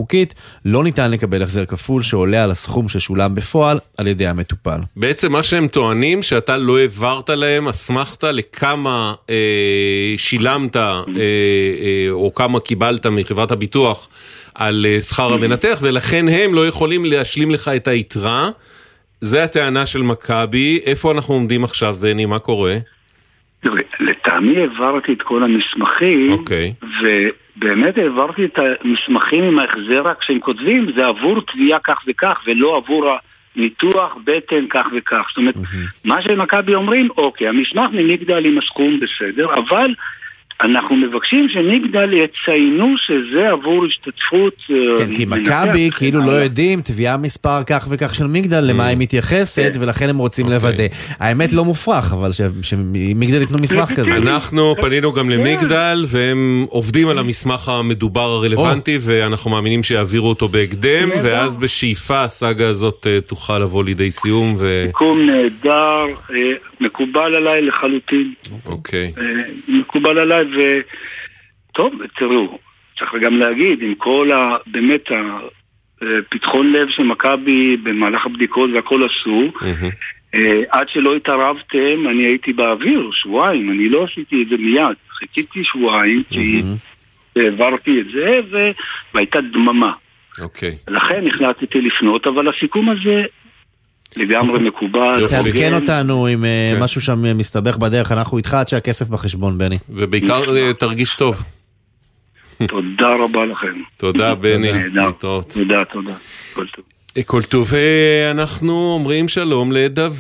חוקית, לא ניתן לקבל החזר כפול שעולה על הסכום ששולם בפועל על ידי המטופל. בעצם מה שהם טוענים, שאתה לא העברת להם, אסמכת לכמה שילמת או כמה קיבלת מחברת הביטוח על שכר המנתח, ולכן הם לא יכולים להשלים לך את היתרה. זה הטענה של מכבי. איפה אנחנו עומדים עכשיו, בני? מה קורה? לטעמי העברתי את כל המסמכים, ובאמת העברתי את המסמכים עם ההחזר רק שהם כותבים, זה עבור תביעה כך וכך, ולא עבור הניתוח בטן כך וכך. זאת אומרת, מה שמכבי אומרים, אוקיי, המסמך ממגדל עם הסכום בסדר, אבל אנחנו מבקשים שמגדל יציינו שזה עבור השתתפות... כן, כי מכבי כאילו לא יודעים, תביעה מספר כך וכך של מגדל, למה היא מתייחסת, ולכן הם רוצים לוודא. האמת לא מופרך, אבל שמגדל ייתנו מסמך כזה. אנחנו פנינו גם למגדל, והם עובדים על המסמך המדובר הרלוונטי, ואנחנו מאמינים שיעבירו אותו בהקדם, ואז בשאיפה הסאגה הזאת תוכל לבוא לידי סיום. סיכום נהדר, מקובל עליי לחלוטין. אוקיי. מקובל עליי, וטוב, תראו, צריך גם להגיד, עם כל באמת הפתחון לב של מכבי במהלך הבדיקות והכל עשו, עד שלא התערבתם, אני הייתי באוויר, שבועיים, אני לא עשיתי את זה מיד, חיכיתי שבועיים, כי העברתי את זה, והייתה דממה. לכן החלטתי לפנות, אבל הסיכום הזה לגמרי מקובל. תעדכן אותנו עם משהו שם מסתבך בדרך, אנחנו איתך עד שהכסף בחשבון, בני. ובעיקר תרגיש טוב. תודה רבה לכם. תודה, בני. תודה. כל טוב. כל טוב. אנחנו אומרים שלום לדוד.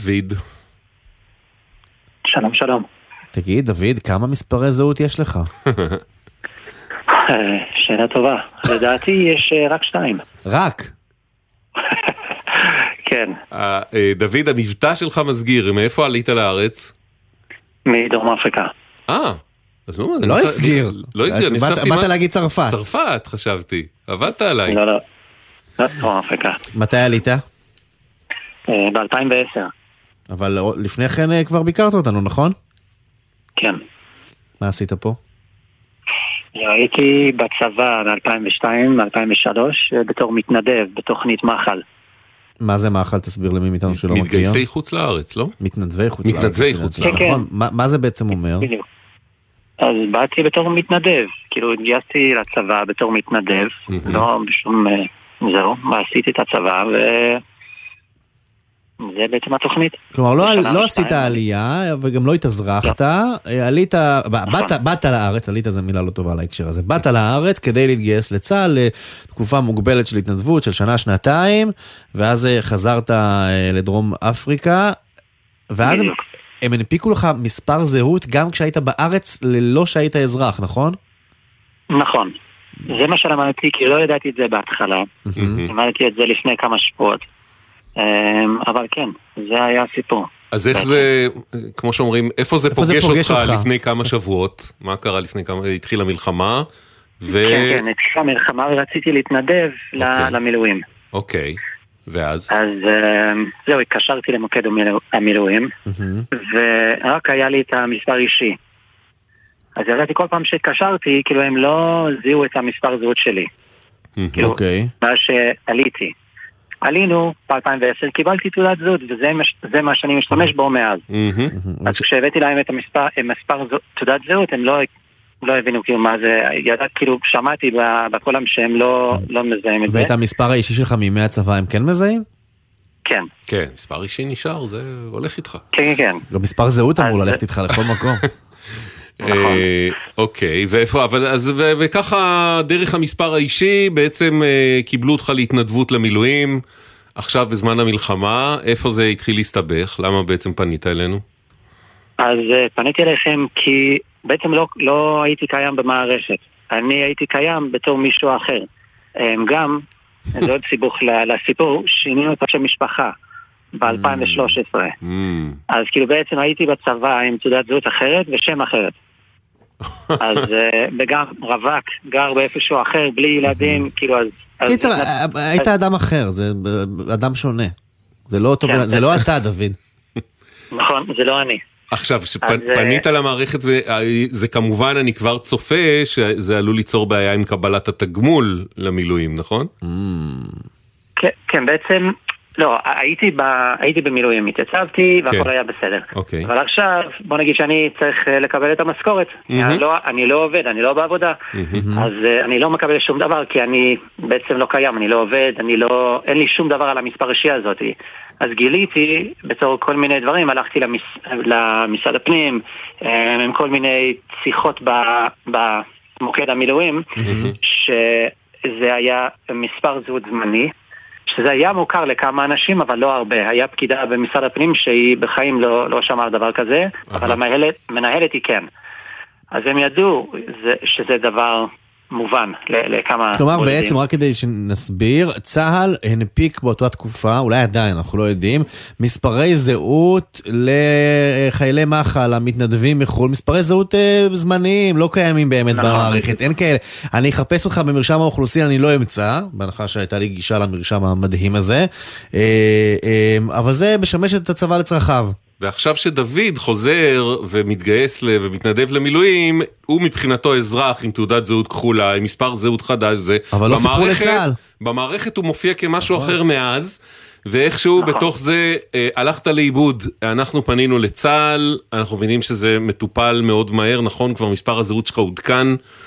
שלום. תגיד, דוד, כמה מספרי זהות יש לך? שאלה טובה. לדעתי יש רק 2. רק? כן. דוד, המבטא שלך מסגיר, מאיפה עלית לארץ? מדרום אפריקה. אז לא הסגיר. לא הסגיר, באת להגיד צרפת. צרפת, חשבתי. עבדת עליי. לא, דרום אפריקה. מתי עלית? ב-2010. אבל לפני כן כבר ביקרת אותנו, נכון? כן. מה עשית פה? הייתי בצבא ב-2002, 2003, בתור מתנדב, בתוכנית מחל. מה זה מאכל? תסביר למי מאיתנו שלא מכיר. מתגייסי חוץ לארץ, לא? מתנדבי חוץ לארץ. מתנדבי חוץ לארץ. נכון. מה זה בעצם אומר? אז באתי בתור מתנדב, כאילו התגייסתי לצבא בתור מתנדב, לא בשום... זהו, עשיתי את הצבא וזה בעצם התוכנית. כלומר, לא עשית עלייה וגם לא התאזרחת, עלית, באת לארץ, עלית זה מילה לא טובה להקשר הזה, באת לארץ כדי להתגייס לצה"ל לתקופה מוגבלת של התנדבות של שנה, שנתיים, ואז חזרת לדרום אפריקה, ואז הם הנפיקו לך מספר זהות גם כשהיית בארץ ללא שהיית אזרח, נכון? נכון. זה מה שלמדתי, כי לא ידעתי את זה בהתחלה. למדתי את זה לפני כמה שבועות. אבל כן, זה היה הסיפור. אז איך זה, כמו שאומרים, איפה זה פוגש אותך לפני כמה שבועות? מה קרה לפני כמה, התחילה מלחמה? כן, התחילה מלחמה ורציתי להתנדב למילואים. אוקיי, ואז? אז זהו, התקשרתי למוקד המילואים, ורק היה לי את המספר אישי. אז ידעתי כל פעם שהתקשרתי, כאילו הם לא זיהו את המספר זהות שלי. כאילו, מה שעליתי. עלינו ב-2010, קיבלתי תעודת זהות, וזה מה שאני משתמש בו מאז. אז כשהבאתי להם את המספר תעודת זהות, הם לא הבינו כאילו מה זה, כאילו שמעתי בקולם שהם לא מזהים את זה. ואת המספר האישי שלך מימי הצבא הם כן מזהים? כן. כן, מספר אישי נשאר, זה הולך איתך. כן. גם מספר זהות אמור ללכת איתך לכל מקום. אוקיי, ואיפה, וככה דרך המספר האישי בעצם קיבלו אותך להתנדבות למילואים, עכשיו בזמן המלחמה, איפה זה התחיל להסתבך? למה בעצם פנית אלינו? אז פניתי אליכם כי בעצם לא הייתי קיים במערכת, אני הייתי קיים בתור מישהו אחר. גם, זה עוד סיבוך לסיפור, שינינו את השם משפחה ב-2013. אז כאילו בעצם הייתי בצבא עם תעודת זהות אחרת ושם אחרת. אז וגם רווק, גר באיפשהו אחר, בלי ילדים, כאילו אז... קיצר, היית אדם אחר, זה אדם שונה. זה לא אתה, דוד. נכון, זה לא אני. עכשיו, שפנית למערכת, וזה כמובן, אני כבר צופה שזה עלול ליצור בעיה עם קבלת התגמול למילואים, נכון? כן, בעצם, לא, הייתי במילואים, התייצבתי והכל היה בסדר. אבל עכשיו, בוא נגיד שאני צריך לקבל את המשכורת. אני לא עובד, אני לא בעבודה. אז אני לא מקבל שום דבר, כי אני בעצם לא קיים, אני לא עובד, אין לי שום דבר על המספר אישי הזאת. אז גיליתי, בתור כל מיני דברים, הלכתי למשרד הפנים, עם כל מיני שיחות במוקד המילואים, שזה היה מספר זהות זמני, שזה היה מוכר לכמה אנשים, אבל לא הרבה. היה פקידה במשרד הפנים שהיא בחיים לא שמעה דבר כזה, אבל המנהלת היא כן. אז הם ידעו שזה דבר מובן לכמה... כלומר, בעצם, רק כדי שנסביר, צה"ל הנפיק באותה תקופה, אולי עדיין, אנחנו לא יודעים, מספרי זהות לחיילי מח"ל, המתנדבים מחול, מספרי זהות זמניים, לא קיימים באמת במערכת, אין כאלה. אני אחפש אותך במרשם האוכלוסין, אני לא אמצא, בהנחה שהייתה לי גישה למרשם המדהים הזה, אבל זה משמש את הצבא לצרכיו. ועכשיו שדוד חוזר ומתגייס ומתנדב למילואים, הוא מבחינתו אזרח עם תעודת זהות כחולה, עם מספר זהות חדש, זה אבל לא סיפרו לצה"ל. במערכת הוא מופיע כמשהו אחר מאז, ואיכשהו בתוך זה הלכת לאיבוד. אנחנו פנינו לצה"ל, אנחנו מבינים שזה מטופל מאוד מהר, נכון? כבר מספר הזהות שלך עודכן,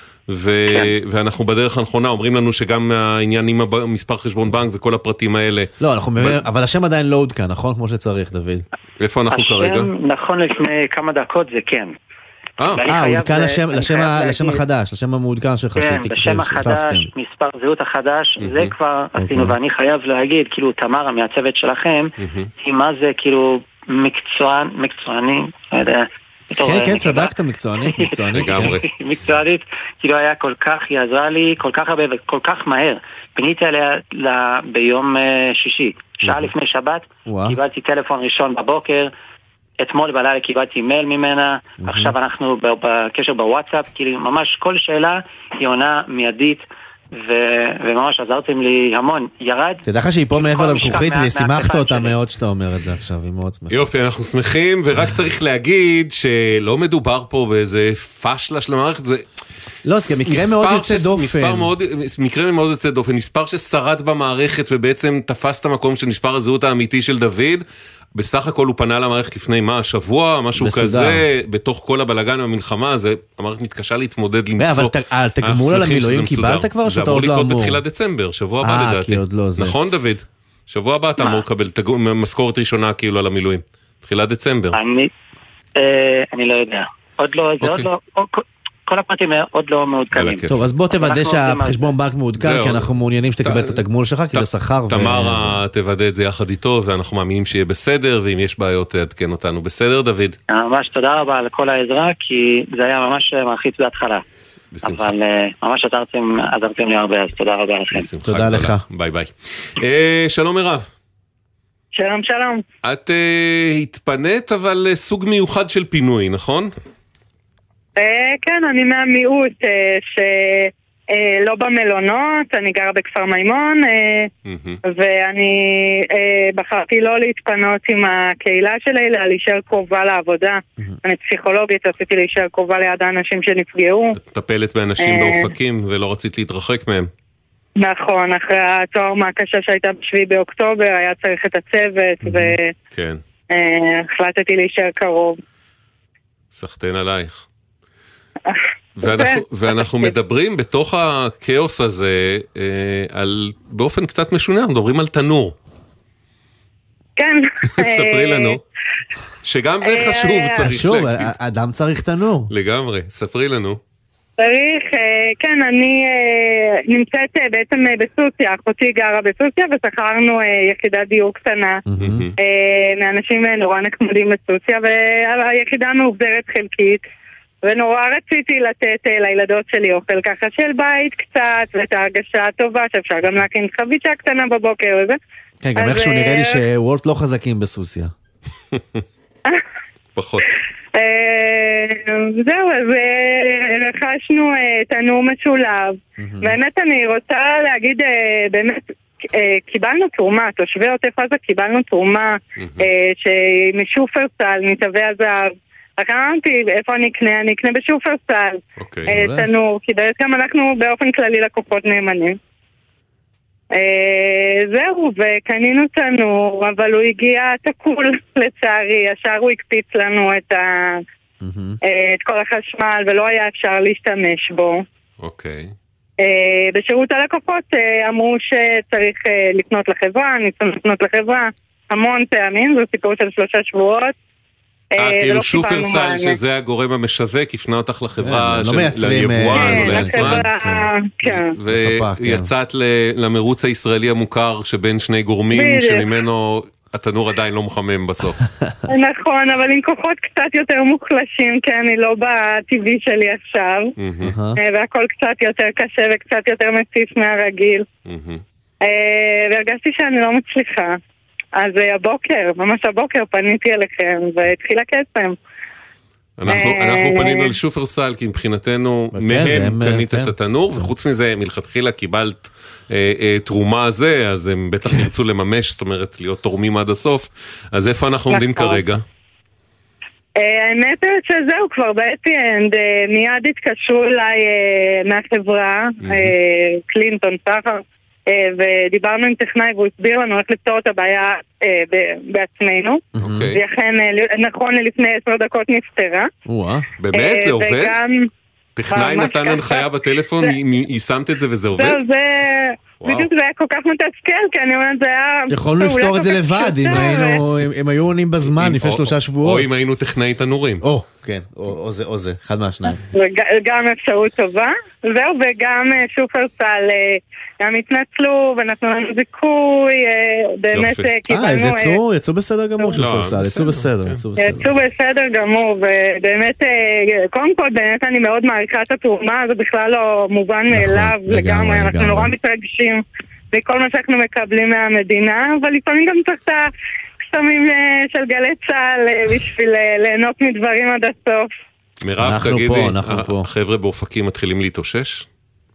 ואנחנו בדרך הנכונה, אומרים לנו שגם העניין עם מספר חשבון בנק וכל הפרטים האלה. לא, אבל השם עדיין לא עודכן, נכון? כמו שצריך, דוד. איפה אנחנו כרגע? השם, נכון לפני כמה דקות זה כן. עודכן לשם החדש, לשם המעודכן שלך. כן, בשם החדש, מספר זהות החדש, זה כבר עשינו, ואני חייב להגיד, כאילו, תמרה מהצוות שלכם, היא מה זה, כאילו, מקצועני, לא יודע, כן, צדקת, מקצוענית. מקצוענית, כאילו היה כל כך, היא עזרה לי כל כך הרבה וכל כך מהר. פניתי אליה ביום שישי, שעה לפני שבת, קיבלתי טלפון ראשון בבוקר, אתמול בלילה קיבלתי מייל ממנה, עכשיו אנחנו בקשר בוואטסאפ, כאילו ממש כל שאלה היא עונה מיידית, וממש עזרתם לי המון, ירד. תדע לך שהיא פה מעבר לזכוכית ושימחת אותה מאוד שאתה אומר את זה עכשיו, היא מאוד שמחה. יופי, אנחנו שמחים, ורק צריך להגיד שלא מדובר פה באיזה פשלה של המערכת, זה... לא, זה מקרה מאוד יוצא דופן. מקרה מאוד יוצא דופן, מספר ששרד במערכת ובעצם תפס את המקום של מספר הזהות האמיתי של דוד, בסך הכל הוא פנה למערכת לפני שבוע, משהו כזה, בתוך כל הבלגן והמלחמה, זה המערכת מתקשה להתמודד למצוא. אבל התגמול על המילואים קיבלת כבר שאתה עוד לא אמור? זה אמור לקרות בתחילת דצמבר, שבוע הבא לדעתי. נכון דוד? שבוע הבא אתה אמור לקבל משכורת ראשונה כאילו על המילואים. תחילת דצמבר. אני לא יודע. עוד לא, זה עוד לא... כל הפרטים עוד לא מעודכנים. טוב, אז בוא תוודא שהחשבון בנק מעודכן, כי אנחנו מעוניינים שתקבל את התגמול שלך, כי זה שכר. תמרה תוודא את זה יחד איתו, ואנחנו מאמינים שיהיה בסדר, ואם יש בעיות תעדכן אותנו. בסדר, דוד? ממש תודה רבה על כל העזרה, כי זה היה ממש מלחיץ בהתחלה. אבל ממש עזרתם לי הרבה, אז תודה רבה לכם. תודה לך. ביי ביי. שלום מירב. שלום, שלום. את התפנית, אבל סוג מיוחד של פינוי, נכון? כן, אני מהמיעוט שלא במלונות, אני גרה בכפר מימון, ואני בחרתי לא להתפנות עם הקהילה שלי, אלא להישאר קרובה לעבודה. אני פסיכולוגית, רציתי להישאר קרובה ליד האנשים שנפגעו. את טפלת באנשים באופקים ולא רצית להתרחק מהם. נכון, אחרי הטראומה הקשה שהייתה ב7 באוקטובר, היה צריך את הצוות, והחלטתי להישאר קרוב. סחטיין עלייך. ואנחנו מדברים בתוך הכאוס הזה באופן קצת משונה, אנחנו מדברים על תנור. כן. ספרי לנו. שגם זה חשוב, צריך להגיד. אדם צריך תנור. לגמרי, ספרי לנו. צריך, כן, אני נמצאת בעצם בסוסיה, אחותי גרה בסוסיה, ושכרנו יחידת דיור קטנה מאנשים נורא נחמדים בסוסיה, והיחידה מאובזרת חלקית. ונורא רציתי לתת לילדות שלי אוכל ככה של בית קצת, ואת ההרגשה הטובה שאפשר גם להכין חביצה קטנה בבוקר וזה. כן, גם איכשהו נראה לי שוולט לא חזקים בסוסיה. פחות. זהו, אז רכשנו תנור משולב. באמת אני רוצה להגיד, באמת, קיבלנו תרומה, תושבי עוטף עזה קיבלנו תרומה משופרסל, מתווי הזהב. אמרתי, איפה אני אקנה? אני אקנה בשופרסל. תנור, כי גם אנחנו באופן כללי לקוחות נאמנים. זהו, וקנינו תנור, אבל הוא הגיע תקול לצערי, ישר הוא הקפיץ לנו את כל החשמל, ולא היה אפשר להשתמש בו. אוקיי. בשירות הלקוחות אמרו שצריך לפנות לחברה, ניסו לפנות לחברה המון פעמים, זה סיפור של 3 שבועות. כאילו שופרסל, שזה הגורם המשווק, הפנה אותך לחברה של היבואן, ליצרן, ויצאת למרוץ הישראלי המוכר שבין שני גורמים, שממנו התנור עדיין לא מחמם בסוף. נכון, אבל עם כוחות קצת יותר מוחלשים, כי אני לא בטבעי שלי עכשיו, והכל קצת יותר קשה וקצת יותר מציף מהרגיל. והרגשתי שאני לא מצליחה. אז הבוקר, ממש הבוקר פניתי אליכם והתחיל הקסם. אנחנו פנינו לשופרסל כי מבחינתנו מהם קנית את התנור, וחוץ מזה מלכתחילה קיבלת תרומה הזה, אז הם בטח ירצו לממש, זאת אומרת להיות תורמים עד הסוף. אז איפה אנחנו עומדים כרגע? האמת שזהו כבר ב-end, מיד התקשרו אליי מהחברה, קלינטון סחר, ודיברנו עם טכנאי והוא הסביר לנו איך לפתור את הבעיה בעצמנו, ואכן נכון לפני 10 דקות נפטרה. באמת? זה עובד? טכנאי נתן הנחיה בטלפון, יישמת את זה וזה עובד? בדיוק זה היה כל כך מתסכל, כי אני אומרת זה היה... יכולנו לפתור את זה לבד, אם היו עונים בזמן לפני 3 שבועות. או אם היינו טכנאי תנורים. כן, או זה, אחד מהשניים. גם אפשרות טובה, זהו, וגם שופרסל גם התנצלו ונתנו לנו זיכוי, באמת קיבלנו... יצאו בסדר גמור שופרסל, יצאו בסדר גמור, ובאמת, קודם כל באמת אני מאוד מעריכה את התרומה, זה בכלל לא מובן מאליו לגמרי, אנחנו נורא מתרגשים מכל מה שאנחנו מקבלים מהמדינה, אבל לפעמים גם צריך את הקסמים של גלי צהל בשביל ליהנות מדברים עד הסוף. מירב, תגידי, החבר'ה באופקים מתחילים להתאושש?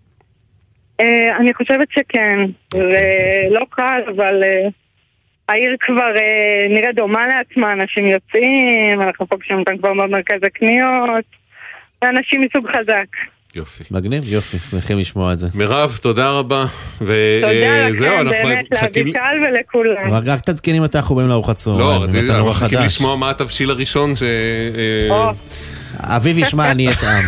אני חושבת שכן, זה לא קל, אבל העיר כבר נראה דומה לעצמה, אנשים יוצאים, אנחנו פוגשים אותם כבר במרכז הקניות, ואנשים מסוג חזק. יופי. מגניב, יופי, שמחים לשמוע את זה. מירב, תודה רבה. תודה לכם, באמת, לאביטל ולכולם. רק תדכנים מתי אנחנו באים לארוחת צהריים. לא, אנחנו מחכים לשמוע מה התבשיל הראשון ש... אביב ישמע, אני אטעם.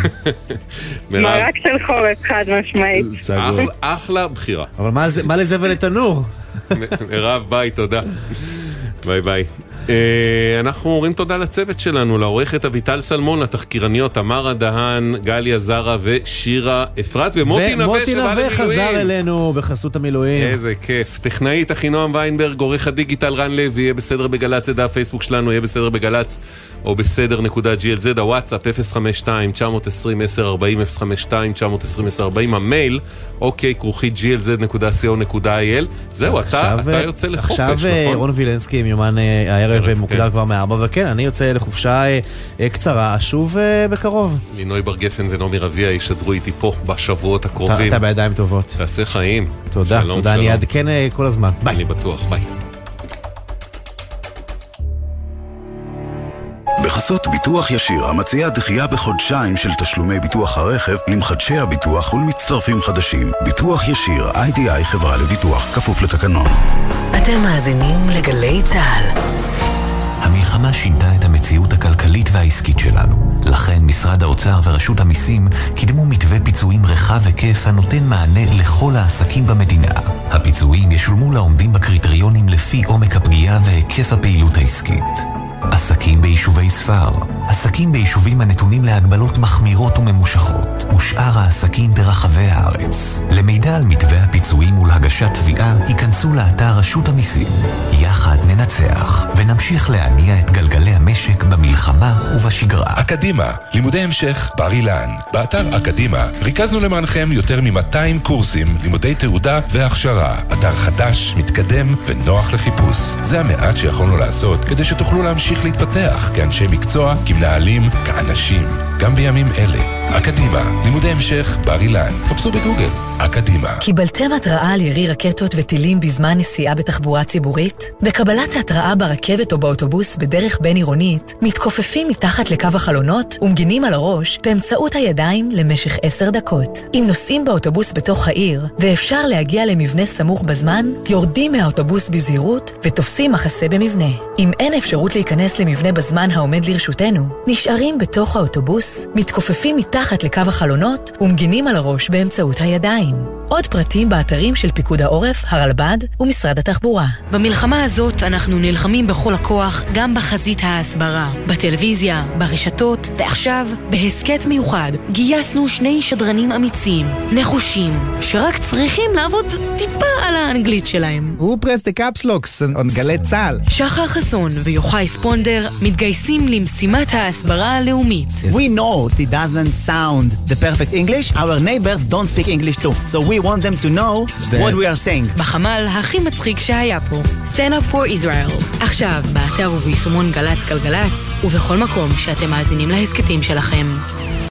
מרק של חורף, חד משמעית. אחלה בחירה. אבל מה לזה ולתנור? מירב, ביי, תודה. ביי ביי. אנחנו אומרים תודה לצוות שלנו, לעורכת אביטל סלמון, לתחקירניות תמרה דהן, גליה זרה ושירה אפרת, ומוטי נווה חזר אלינו בחסות המילואים. איזה כיף. טכנאית אחינועם ויינברג, עורך הדיגיטל רן לוי, יהיה בסדר בגלץ, זה דף פייסבוק שלנו, יהיה בסדר בגלץ או בסדר.glz, הוואטסאפ 052-920-1040, 052-920-1040, המייל ok@glz.co.il. זהו, אתה יוצא לחופש, נכון? עכשיו רון וילנסקי עם יומן הערב מוקדם כבר מ-4, וכן, אני יוצא לחופשה קצרה, שוב בקרוב. לינוי בר גפן ונעמי רביע ישדרו איתי פה בשבועות הקרובים. אתה בידיים טובות. תעשה חיים. תודה, תודה, אני אעדכן כל הזמן. ביי. אני בטוח, ביי. בחסות ביטוח ישיר, המציעה דחייה בחודשיים של תשלומי ביטוח הרכב למחדשי הביטוח ולמצטרפים חדשים. ביטוח ישיר, IDI חברה לביטוח, כפוף לתקנון. אתם מאזינים לגלי צהל. המלחמה שינתה את המציאות הכלכלית והעסקית שלנו. לכן משרד האוצר ורשות המיסים קידמו מתווה פיצויים רחב היקף הנותן מענה לכל העסקים במדינה. הפיצויים ישולמו לעומדים בקריטריונים לפי עומק הפגיעה והיקף הפעילות העסקית. עסקים ביישובי ספר, עסקים ביישובים הנתונים להגבלות מחמירות וממושכות, ושאר העסקים ברחבי הארץ. למידע על מתווה הפיצויים ולהגשת תביעה, היכנסו לאתר רשות המיסים. יחד ננצח, ונמשיך להניע את גלגלי המשק במלחמה ובשגרה. אקדימה, לימודי המשך בר אילן. באתר אקדימה ריכזנו למענכם יותר מ-200 קורסים, לימודי תעודה והכשרה. אתר חדש, מתקדם ונוח לחיפוש. זה המעט שיכולנו לעשות כדי שתוכלו להמשיך להתפתח כאנשי מקצוע, כמנהלים, כאנשים. גם בימים אלה. אקדימה, לימודי המשך בר אילן. חפשו בגוגל, אקדימה. קיבלתם התראה על ירי רקטות וטילים בזמן נסיעה בתחבורה ציבורית? בקבלת ההתראה ברכבת או באוטובוס בדרך בין עירונית, מתכופפים מתחת לקו החלונות ומגינים על הראש באמצעות הידיים למשך 10 דקות. אם נוסעים באוטובוס בתוך העיר ואפשר להגיע למבנה סמוך בזמן, יורדים מהאוטובוס בזהירות ותופסים מחסה במבנה. אם אין אפשרות להיכנס למבנה בזמן העומד לרשותנו, נשארים בתוך האוטובוס, מתכופפים מתחת לקו החלונות ומגינים על הראש באמצעות הידיים. עוד פרטים באתרים של פיקוד העורף, הרלב"ד ומשרד התחבורה. במלחמה הזאת אנחנו נלחמים בכל הכוח, גם בחזית ההסברה, בטלוויזיה, ברשתות, ועכשיו, בהסקט מיוחד, גייסנו 2 שדרנים אמיצים, נחושים, שרק צריכים לעבוד טיפה על האנגלית שלהם. הוא press the caps locks on גלי צהל. שחר חסון ויוחאי ספונדר מתגייסים למשימת ההסברה הלאומית. We know it doesn't sound the perfect English. Our neighbors don't speak English too. So we want them to know what we are saying. בחמ"ל הכי מצחיק שהיה פה. Stand up for Israel. עכשיו, באתר וביישומון גלץ גלגלץ, ובכל מקום שאתם מאזינים להסקטים שלכם.